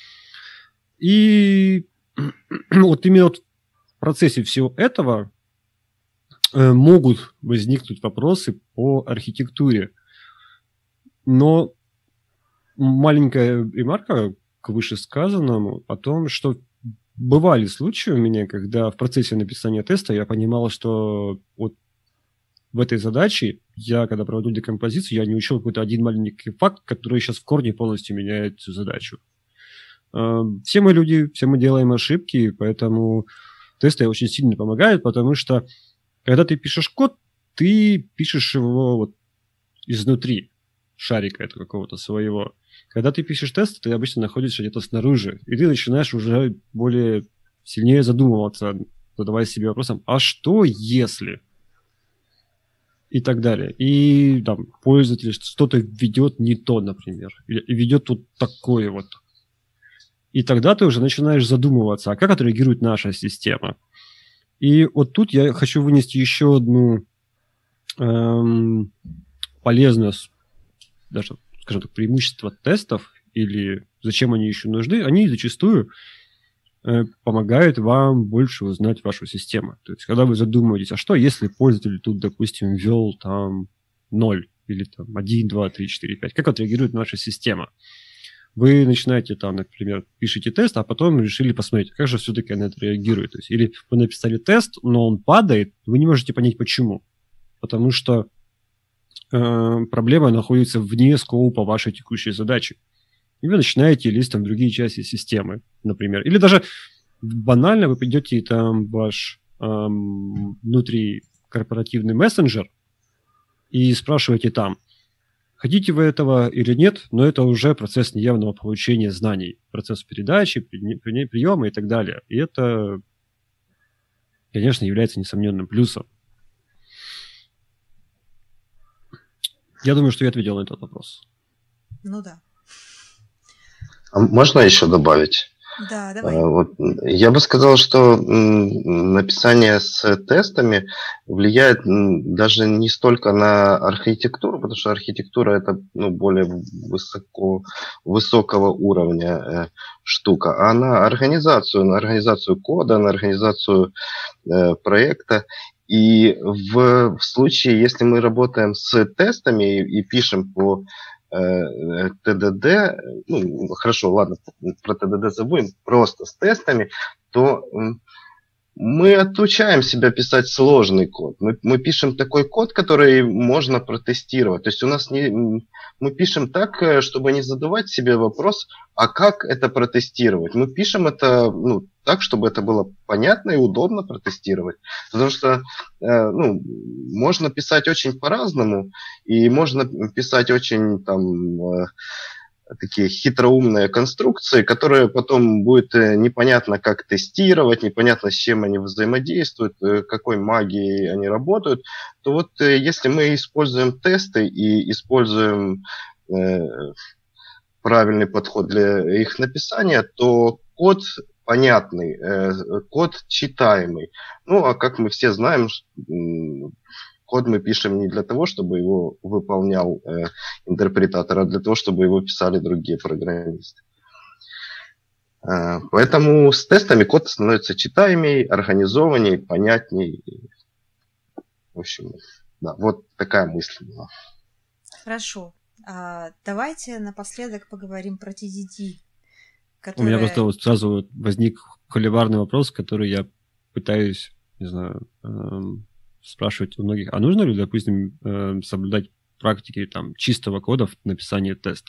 И вот именно вот в процессе всего этого могут возникнуть вопросы по архитектуре. Но маленькая ремарка к вышесказанному о том, что бывали случаи у меня, когда в процессе написания теста я понимал, что вот в этой задаче я, когда проводил декомпозицию, я не учел какой-то один маленький факт, который сейчас в корне полностью меняет всю задачу. Все мы люди, все мы делаем ошибки, поэтому тесты очень сильно помогают, потому что когда ты пишешь код, ты пишешь его вот изнутри шарика этого какого-то своего. Когда ты пишешь тест, ты обычно находишься где-то снаружи, и ты начинаешь уже более сильнее задумываться, задавая себе вопросом, а что если? И так далее. И там пользователь что-то ведет не то, например, или ведет вот такое вот. И тогда ты уже начинаешь задумываться, а как отреагирует наша система. И вот тут я хочу вынести еще одну полезную, даже, скажем так, преимущество тестов, или зачем они еще нужны. Они зачастую помогают вам больше узнать вашу систему. То есть, когда вы задумываетесь, а что, если пользователь тут, допустим, ввел там 0 или там 1, 2, 3, 4, 5, как отреагирует наша система? Вы начинаете там, например, пишете тест, а потом решили посмотреть, как же все-таки она отреагирует. То есть, или вы написали тест, но он падает, вы не можете понять, почему. Потому что проблема находится вне скопа вашей текущей задачи. И вы начинаете лезть там в другие части системы, например. Или даже банально вы придете там в ваш внутрикорпоративный мессенджер и спрашиваете там, хотите вы этого или нет, но это уже процесс неявного получения знаний, процесс передачи, приема и так далее. И это, конечно, является несомненным плюсом. Я думаю, что я ответил на этот вопрос. Ну да. А можно еще добавить? Да, давай. Вот, я бы сказал, что написание с тестами влияет даже не столько на архитектуру, потому что архитектура это более высокого уровня штука, а на организацию кода, на организацию проекта. И в случае, если мы работаем с тестами и пишем по ТДД, хорошо, ладно, про ТДД забудем, просто с тестами, то мы отучаем себя писать сложный код. Мы пишем такой код, который можно протестировать. То есть мы пишем так, чтобы не задавать себе вопрос, а как это протестировать. Мы пишем это так, чтобы это было понятно и удобно протестировать. Потому что можно писать очень по-разному, и можно писать очень такие хитроумные конструкции, которые потом будет непонятно, как тестировать, непонятно, с чем они взаимодействуют, какой магией они работают, то вот если мы используем тесты и используем правильный подход для их написания, то код понятный, код читаемый. Ну, а как мы все знаем, код мы пишем не для того, чтобы его выполнял интерпретатор, а для того, чтобы его писали другие программисты. Поэтому с тестами код становится читаемей, организованней, понятней. В общем, да, вот такая мысль была. Хорошо. Давайте напоследок поговорим про TDD. У меня просто вот сразу возник холиварный вопрос, который я пытаюсь, не знаю, спрашивать у многих. А нужно ли, допустим, соблюдать практики там, чистого кода в написании тестов?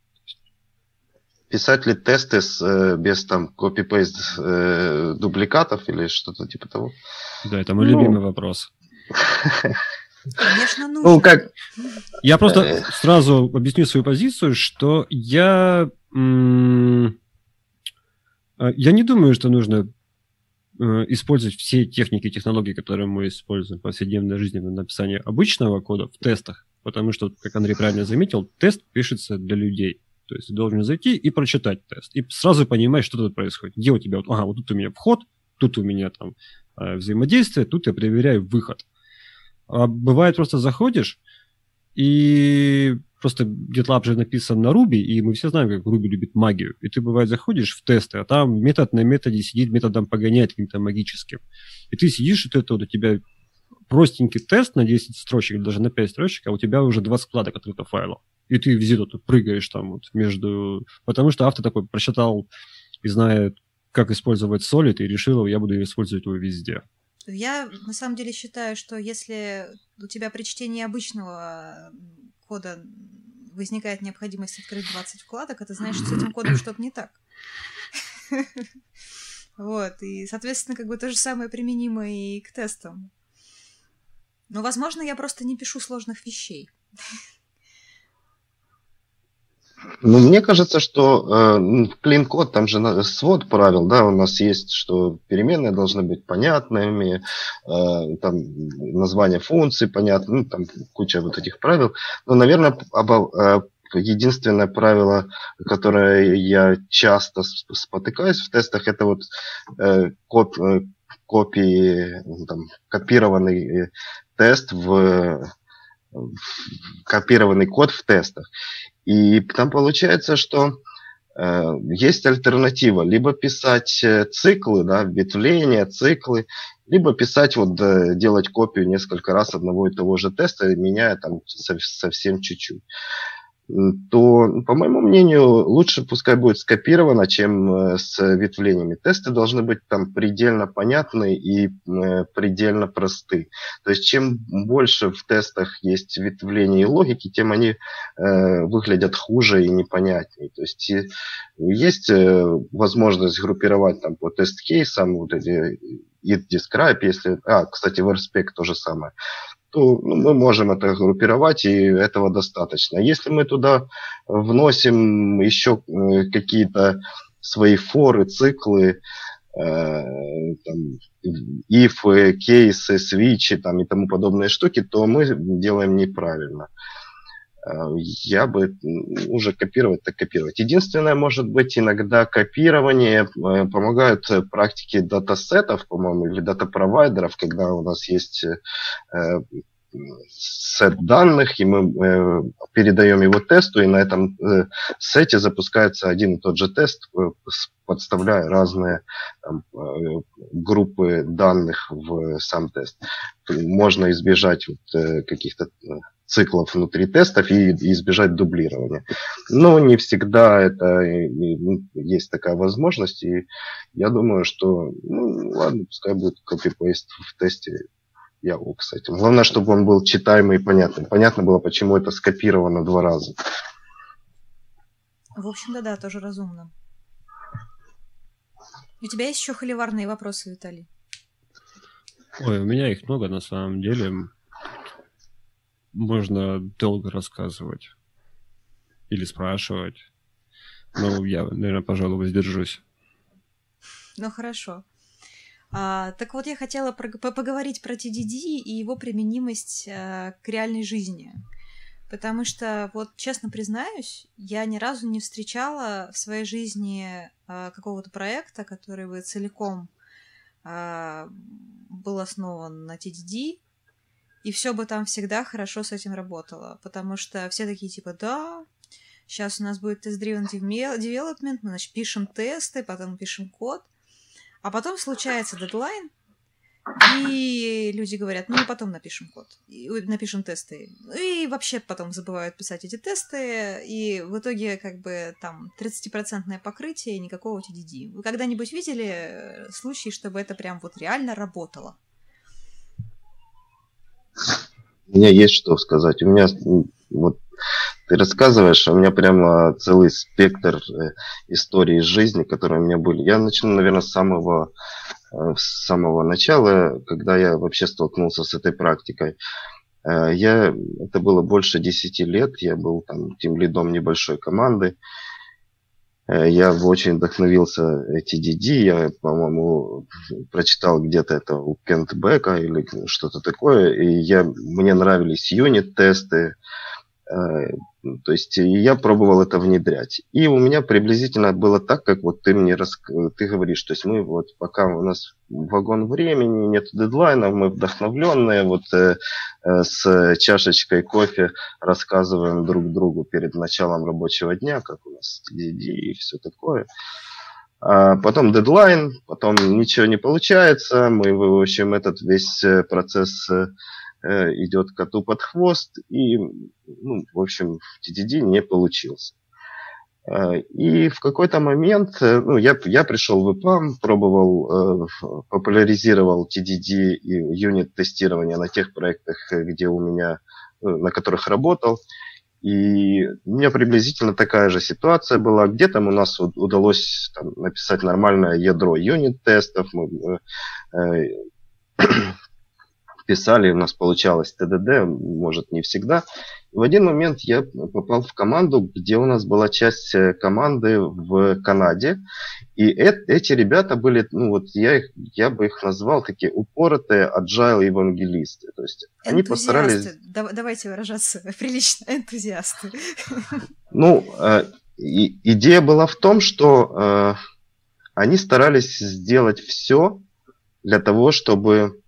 Писать ли тесты без там copy-paste дубликатов или что-то типа того? Да, это мой любимый вопрос. Конечно, нужно. Ну, как... Я просто сразу объясню свою позицию, что я не думаю, что нужно использовать все техники и технологии, которые мы используем в повседневной жизни в написании обычного кода в тестах, потому что, как Андрей правильно заметил, тест пишется для людей. То есть ты должен зайти и прочитать тест, и сразу понимать, что тут происходит. Где у тебя, вот тут у меня вход, тут у меня там взаимодействие, тут я проверяю выход. А бывает, просто заходишь, и просто GitLab же написан на Ruby, и мы все знаем, как Ruby любит магию. И ты, бывает, заходишь в тесты, а там метод на методе сидит, методом погоняет каким-то магическим. И ты сидишь, и это вот у тебя простенький тест на 10 строчек, даже на 5 строчек, а у тебя уже 20 вкладок открыто файлов. И ты везде тут прыгаешь там вот между... Потому что автор такой прочитал и знает, как использовать Solid, и решил, я буду использовать его везде. Я на самом деле считаю, что если у тебя при чтении обычного кода возникает необходимость открыть 20 вкладок, это значит, что с этим кодом что-то не так. Вот, и, соответственно, как бы то же самое применимо и к тестам. Но, возможно, я просто не пишу сложных вещей. Ну, мне кажется, что clean код, там же свод правил, да, у нас есть, что переменные должны быть понятными, там название функций понятно, ну, там куча вот этих правил. Но, наверное, единственное правило, которое я часто спотыкаюсь в тестах, это вот копированный тест копированный код в тестах. И там получается, что есть альтернатива. Либо писать циклы, да, ветвления, циклы, либо писать, вот, делать копию несколько раз одного и того же теста, меняя там совсем чуть-чуть. То, по моему мнению, лучше пускай будет скопировано, чем с ветвлениями. Тесты должны быть там предельно понятны и предельно просты. То есть, чем больше в тестах есть ветвлений и логики, тем они выглядят хуже и непонятнее. То есть, есть возможность группировать там по тест-кейсам, вот эти it describe, если... кстати, в RSpec то же самое. То мы можем это группировать, и этого достаточно. Если мы туда вносим еще какие-то свои форы, циклы, там, if, кейсы, свитчи там, и тому подобные штуки, то мы делаем неправильно. Я бы уже копировать, так копировать. Единственное, может быть, иногда копирование помогают практики датасетов, по-моему, или дата-провайдеров, когда у нас есть сет данных, и мы передаем его тесту, и на этом сете запускается один и тот же тест, подставляя разные там, группы данных в сам тест. Можно избежать вот, каких-то циклов внутри тестов и избежать дублирования. Но не всегда это есть такая возможность, и я думаю, что ладно, пускай будет copy-paste в тесте. Я ок с этим. Главное, чтобы он был читаемый и понятный. Понятно было, почему это скопировано 2 раза. В общем-то, да, тоже разумно. У тебя есть еще холиварные вопросы, Виталий? Ой, у меня их много, на самом деле. Можно долго рассказывать. Или спрашивать. Ну, я, наверное, пожалуй, воздержусь. Ну, хорошо. Так вот, я хотела поговорить про TDD и его применимость к реальной жизни. Потому что, вот честно признаюсь, я ни разу не встречала в своей жизни какого-то проекта, который бы целиком был основан на TDD, и все бы там всегда хорошо с этим работало. Потому что все такие типа, да, сейчас у нас будет тест-driven development, мы, значит, пишем тесты, потом пишем код, а потом случается дедлайн, и люди говорят, ну и потом напишем код, напишем тесты. И вообще потом забывают писать эти тесты, и в итоге как бы там 30% покрытие и никакого TDD. Вы когда-нибудь видели случаи, чтобы это прям вот реально работало? У меня есть что сказать. У меня вот ты рассказываешь, а у меня прямо целый спектр историй из жизни, которые у меня были. Я начну, наверное, с самого начала, когда я вообще столкнулся с этой практикой. Это было больше 10 лет, я был там тимлидом небольшой команды. Я очень вдохновился TDD, я, по-моему, прочитал где-то это у Кент Бека или что-то такое, и мне нравились юнит-тесты, то есть я пробовал это внедрять. И у меня приблизительно было так, как вот ты говоришь, то есть мы вот пока у нас вагон времени, нет дедлайнов, мы вдохновленные, вот с чашечкой кофе рассказываем друг другу перед началом рабочего дня, как у нас TDD и все такое. А потом дедлайн, потом ничего не получается, мы, в общем, этот весь процесс идет коту под хвост, и, ну, в общем, TDD не получился. И в какой-то момент, ну, я пришел в EPAM, пробовал, популяризировал TDD и юнит-тестирование на тех проектах, на которых работал. И у меня приблизительно такая же ситуация была. Где-то у нас удалось там написать нормальное ядро юнит-тестов. Мы писали, у нас получалось ТДД, может, не всегда. В один момент я попал в команду, где у нас была часть команды в Канаде. И эти ребята были, ну вот я бы их назвал такие упоротые agile евангелисты. То есть они постарались... Давайте выражаться прилично, энтузиасты. Ну, идея была в том, что они старались сделать все для того, чтобы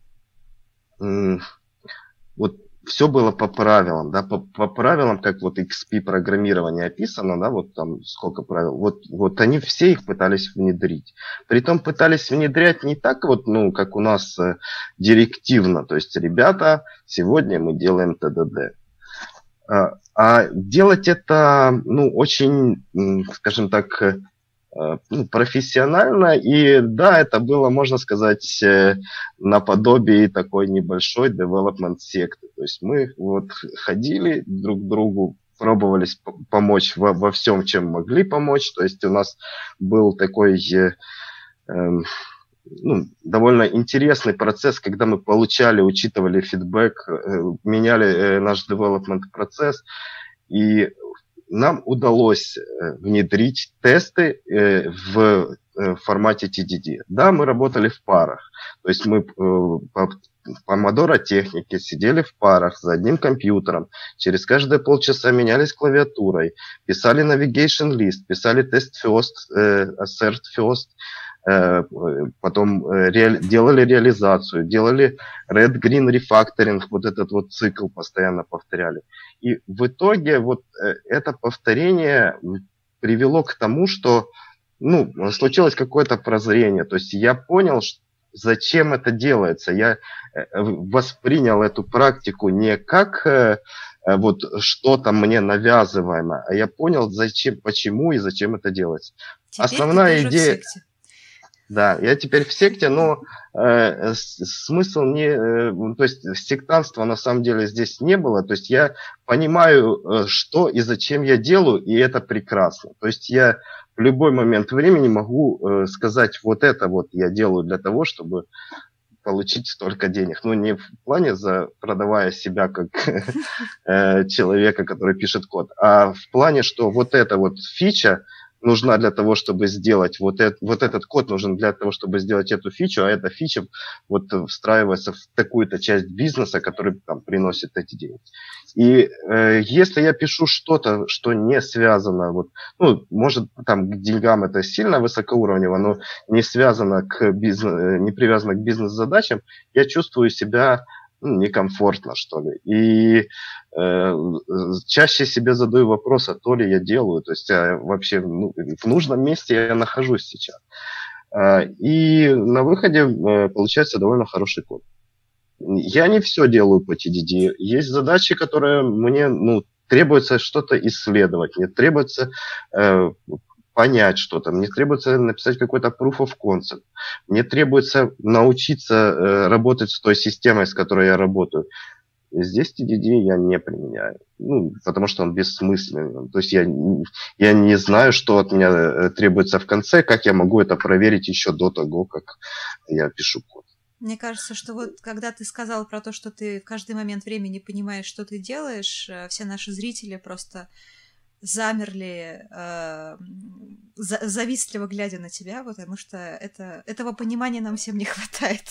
вот все было по правилам, да, по правилам, как вот XP программирование описано, да, вот там сколько правил, вот они все их пытались внедрить. Притом пытались внедрять не так вот, ну, как у нас директивно, то есть, ребята, сегодня мы делаем ТДД. А делать это, ну, очень, скажем так, профессионально, и да, это было, можно сказать, наподобие такой небольшой development секты. То есть мы вот ходили друг другу, пробовали помочь во всем, чем могли помочь. То есть у нас был такой довольно интересный процесс, когда мы получали, учитывали фидбэк, меняли наш development процесс, и нам удалось внедрить тесты в формате TDD. Да, мы работали в парах. То есть мы по Pomodoro технике сидели в парах за одним компьютером. Через каждые полчаса менялись клавиатурой. Писали navigation list, писали test first, assert first. Потом делали реализацию, делали red-green refactoring, вот этот вот цикл постоянно повторяли. И в итоге вот это повторение привело к тому, что случилось какое-то прозрение. То есть я понял, зачем это делается. Я воспринял эту практику не как вот что-то мне навязываемое, а я понял, зачем, почему и зачем это делается. Теперь основная идея... Да, я теперь в секте, но смысл не... то есть сектантства на самом деле здесь не было. То есть я понимаю, что и зачем я делаю, и это прекрасно. То есть я в любой момент времени могу сказать, вот это вот я делаю для того, чтобы получить столько денег. Ну, не в плане продавая себя как человека, который пишет код, а в плане, что вот эта вот фича нужна для того, чтобы сделать вот этот код нужен для того, чтобы сделать эту фичу, а эта фича вот встраивается в такую-то часть бизнеса, который там приносит эти деньги. И если я пишу что-то, что не связано, вот, ну, может, там к деньгам это сильно высокоуровнево, но не связано не привязано к бизнес-задачам, я чувствую себя некомфортно, что ли. И чаще себе задаю вопрос, а то ли я делаю, то есть вообще в нужном месте я нахожусь сейчас. И на выходе получается довольно хороший код. Я не все делаю по TDD. Есть задачи, которые мне требуется что-то исследовать, мне требуется понять что-то, мне требуется написать какой-то proof of concept, мне требуется научиться работать с той системой, с которой я работаю. Здесь TDD я не применяю, потому что он бессмысленный. То есть я не знаю, что от меня требуется в конце, как я могу это проверить еще до того, как я пишу код. Мне кажется, что вот когда ты сказал про то, что ты в каждый момент времени понимаешь, что ты делаешь, все наши зрители просто замерли, завистливо глядя на тебя, потому что этого понимания нам всем не хватает.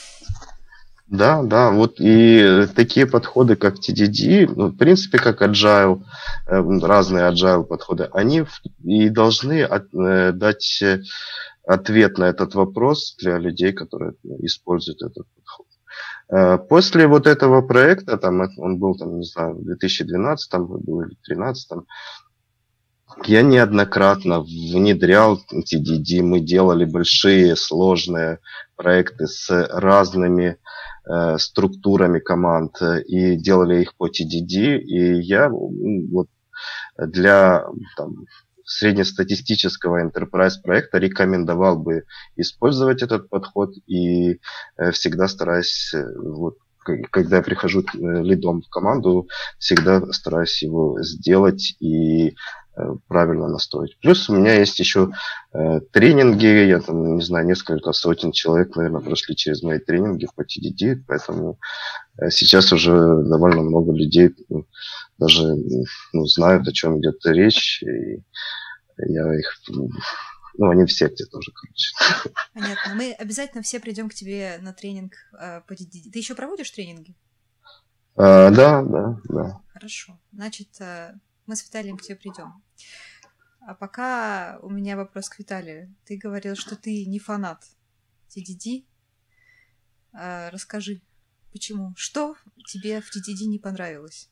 Да, вот и такие подходы, как TDD, в принципе, как Agile, разные Agile подходы, они и должны дать ответ на этот вопрос для людей, которые используют этот подход. После вот этого проекта, он был, не знаю, в 2012 году или 2013, я неоднократно внедрял TDD, мы делали большие, сложные проекты с разными структурами команд и делали их по TDD, и я вот для среднестатистического enterprise проекта рекомендовал бы использовать этот подход и всегда стараюсь, вот, когда я прихожу лидом в команду, всегда стараюсь его сделать и правильно настроить. Плюс у меня есть еще тренинги, я не знаю, несколько сотен человек, наверное, прошли через мои тренинги по TDD, поэтому сейчас уже довольно много людей даже знают, о чем идет речь, и я их... они в секте тоже, короче. Понятно. Мы обязательно все придем к тебе на тренинг по TDD. Ты еще проводишь тренинги? Да. Хорошо. Значит, мы с Виталием к тебе придем. А пока у меня вопрос к Виталию. Ты говорил, что ты не фанат TDD. Расскажи, почему? Что тебе в TDD не понравилось?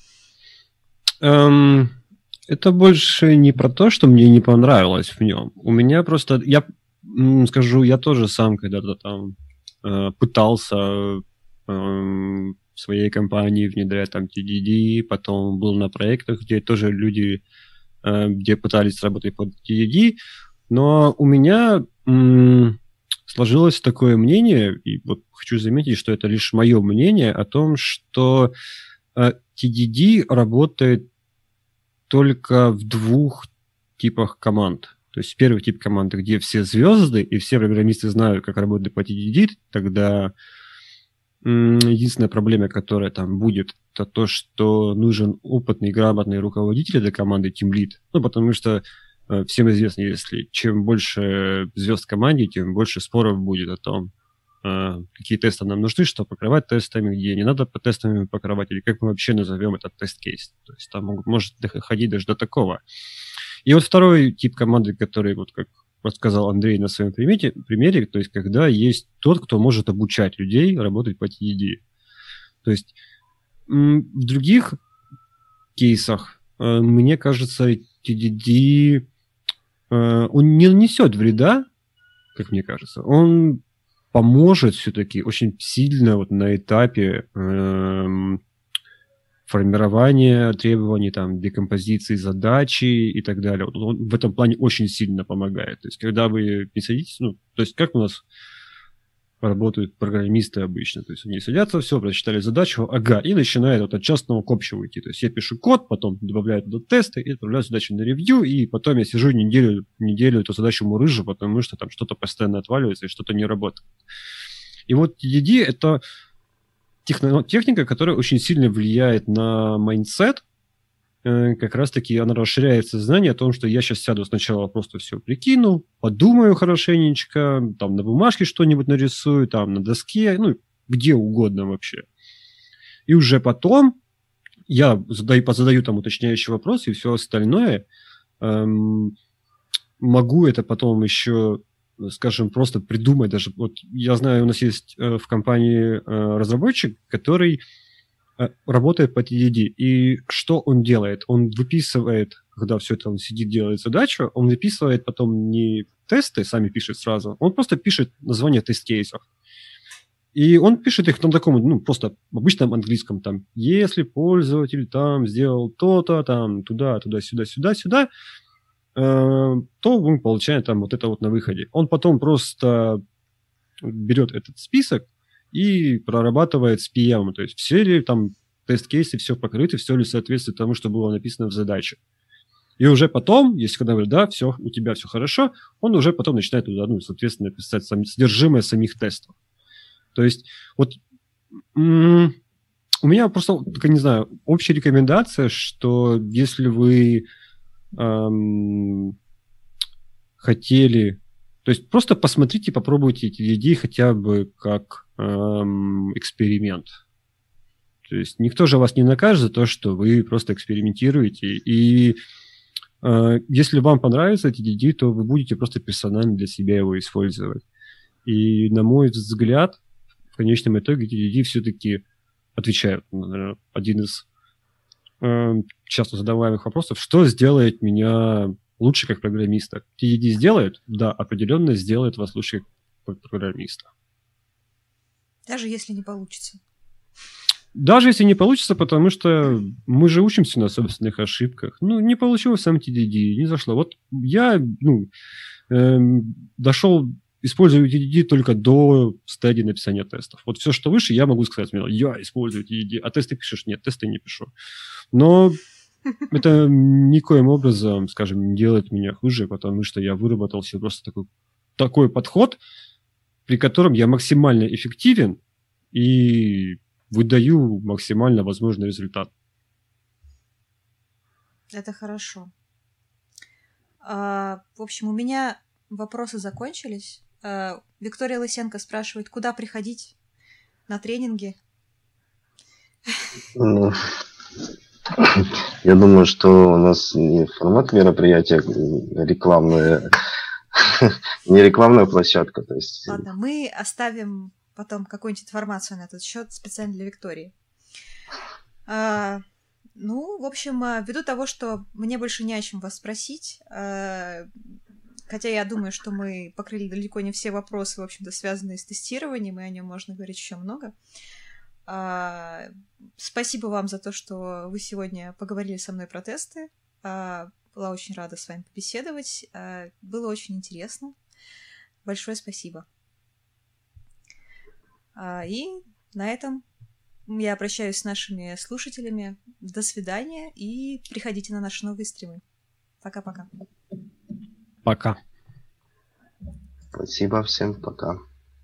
Это больше не про то, что мне не понравилось в нем. У меня просто... Я скажу, я тоже сам когда-то там пытался в своей компании внедрять там TDD, потом был на проектах, где тоже люди, где пытались работать под TDD, но у меня сложилось такое мнение, и вот хочу заметить, что это лишь мое мнение о том, что TDD работает только в двух типах команд. То есть первый тип команды, где все звезды, и все программисты знают, как работать по TDD, тогда единственная проблема, которая там будет, это то, что нужен опытный, грамотный руководитель этой команды, тимлид. Потому что всем известно, если чем больше звезд в команде, тем больше споров будет о том, какие тесты нам нужны, что покрывать тестами, где не надо по тестами покрывать, или как мы вообще назовем этот тест-кейс. То есть там может доходить даже до такого. И вот второй тип команды, который, вот как рассказал Андрей на своем примере, то есть когда есть тот, кто может обучать людей работать по TDD. То есть в других кейсах, мне кажется, TDD, он не несет вреда, как мне кажется. Он поможет все-таки очень сильно вот на этапе формирования требований, там, декомпозиции задачи и так далее. Он в этом плане очень сильно помогает. То есть, когда вы не садитесь, то есть, как у нас работают программисты обычно. То есть, они садятся, все, прочитали задачу, и начинают вот от частного к общему идти. То есть, я пишу код, потом добавляю туда тесты и отправляю задачу на ревью, и потом я сижу неделю эту задачу мурыжу, потому что там что-то постоянно отваливается и что-то не работает. И вот TDD — это техника, которая очень сильно влияет на майндсет, как раз-таки оно расширяет сознание о том, что я сейчас сяду сначала просто все прикину, подумаю хорошенечко, там на бумажке что-нибудь нарисую, там на доске, ну, где угодно вообще. И уже потом я задаю там уточняющий вопрос и все остальное. Могу это потом еще, скажем, просто придумать даже. Вот я знаю, у нас есть в компании разработчик, который работает по TDD. И что он делает? Он выписывает, когда все это он сидит, делает задачу, он выписывает потом не тесты, сами пишет сразу, он просто пишет название тест-кейсов. И он пишет их на таком, ну, просто обычном английском, там, если пользователь там сделал то-то, там, туда, сюда, то мы получаем там вот это вот на выходе. Он потом просто берет этот список и прорабатывает с PM, то есть все ли там тест-кейсы, все покрыты, все ли соответствует тому, что было написано в задаче. И уже потом, если когда говорит, да, все, у тебя все хорошо, он уже потом начинает туда, ну, соответственно, писать содержимое самих тестов. То есть вот у меня просто, такая, не знаю, общая рекомендация, что если вы хотели... То есть просто посмотрите, попробуйте эти идеи хотя бы как эксперимент. То есть никто же вас не накажет за то, что вы просто экспериментируете. И если вам понравятся эти идеи, то вы будете просто персонально для себя его использовать. И, на мой взгляд, в конечном итоге TDD все-таки отвечают на один из часто задаваемых вопросов, что сделает меня лучше как программиста. TDD сделает? Да, определенно сделает вас лучше как программиста. Даже если не получится. Даже если не получится, потому что мы же учимся на собственных ошибках. Ну, не получилось сам TDD, не зашло. Вот я дошел, использую TDD только до стадии написания тестов. Вот все, что выше, я могу сказать, я использую TDD, а тесты пишешь? Нет, тесты не пишу. Но это никоим образом, скажем, не делает меня хуже, потому что я выработал себе просто такой подход, при котором я максимально эффективен и выдаю максимально возможный результат. Это хорошо. В общем, у меня вопросы закончились. Виктория Лысенко спрашивает, куда приходить на тренинги? Я думаю, что у нас не формат мероприятия рекламная, не рекламная площадка. То есть... Ладно, мы оставим потом какую-нибудь информацию на этот счет специально для Виктории. В общем, ввиду того, что мне больше не о чем вас спросить, хотя я думаю, что мы покрыли далеко не все вопросы, в общем-то, связанные с тестированием, и о нем можно говорить еще много. Спасибо вам за то, что вы сегодня поговорили со мной про тесты. Была очень рада с вами побеседовать. Было очень интересно. Большое спасибо. И на этом я прощаюсь с нашими слушателями. До свидания и приходите на наши новые стримы. Пока-пока. Пока. Спасибо всем, пока.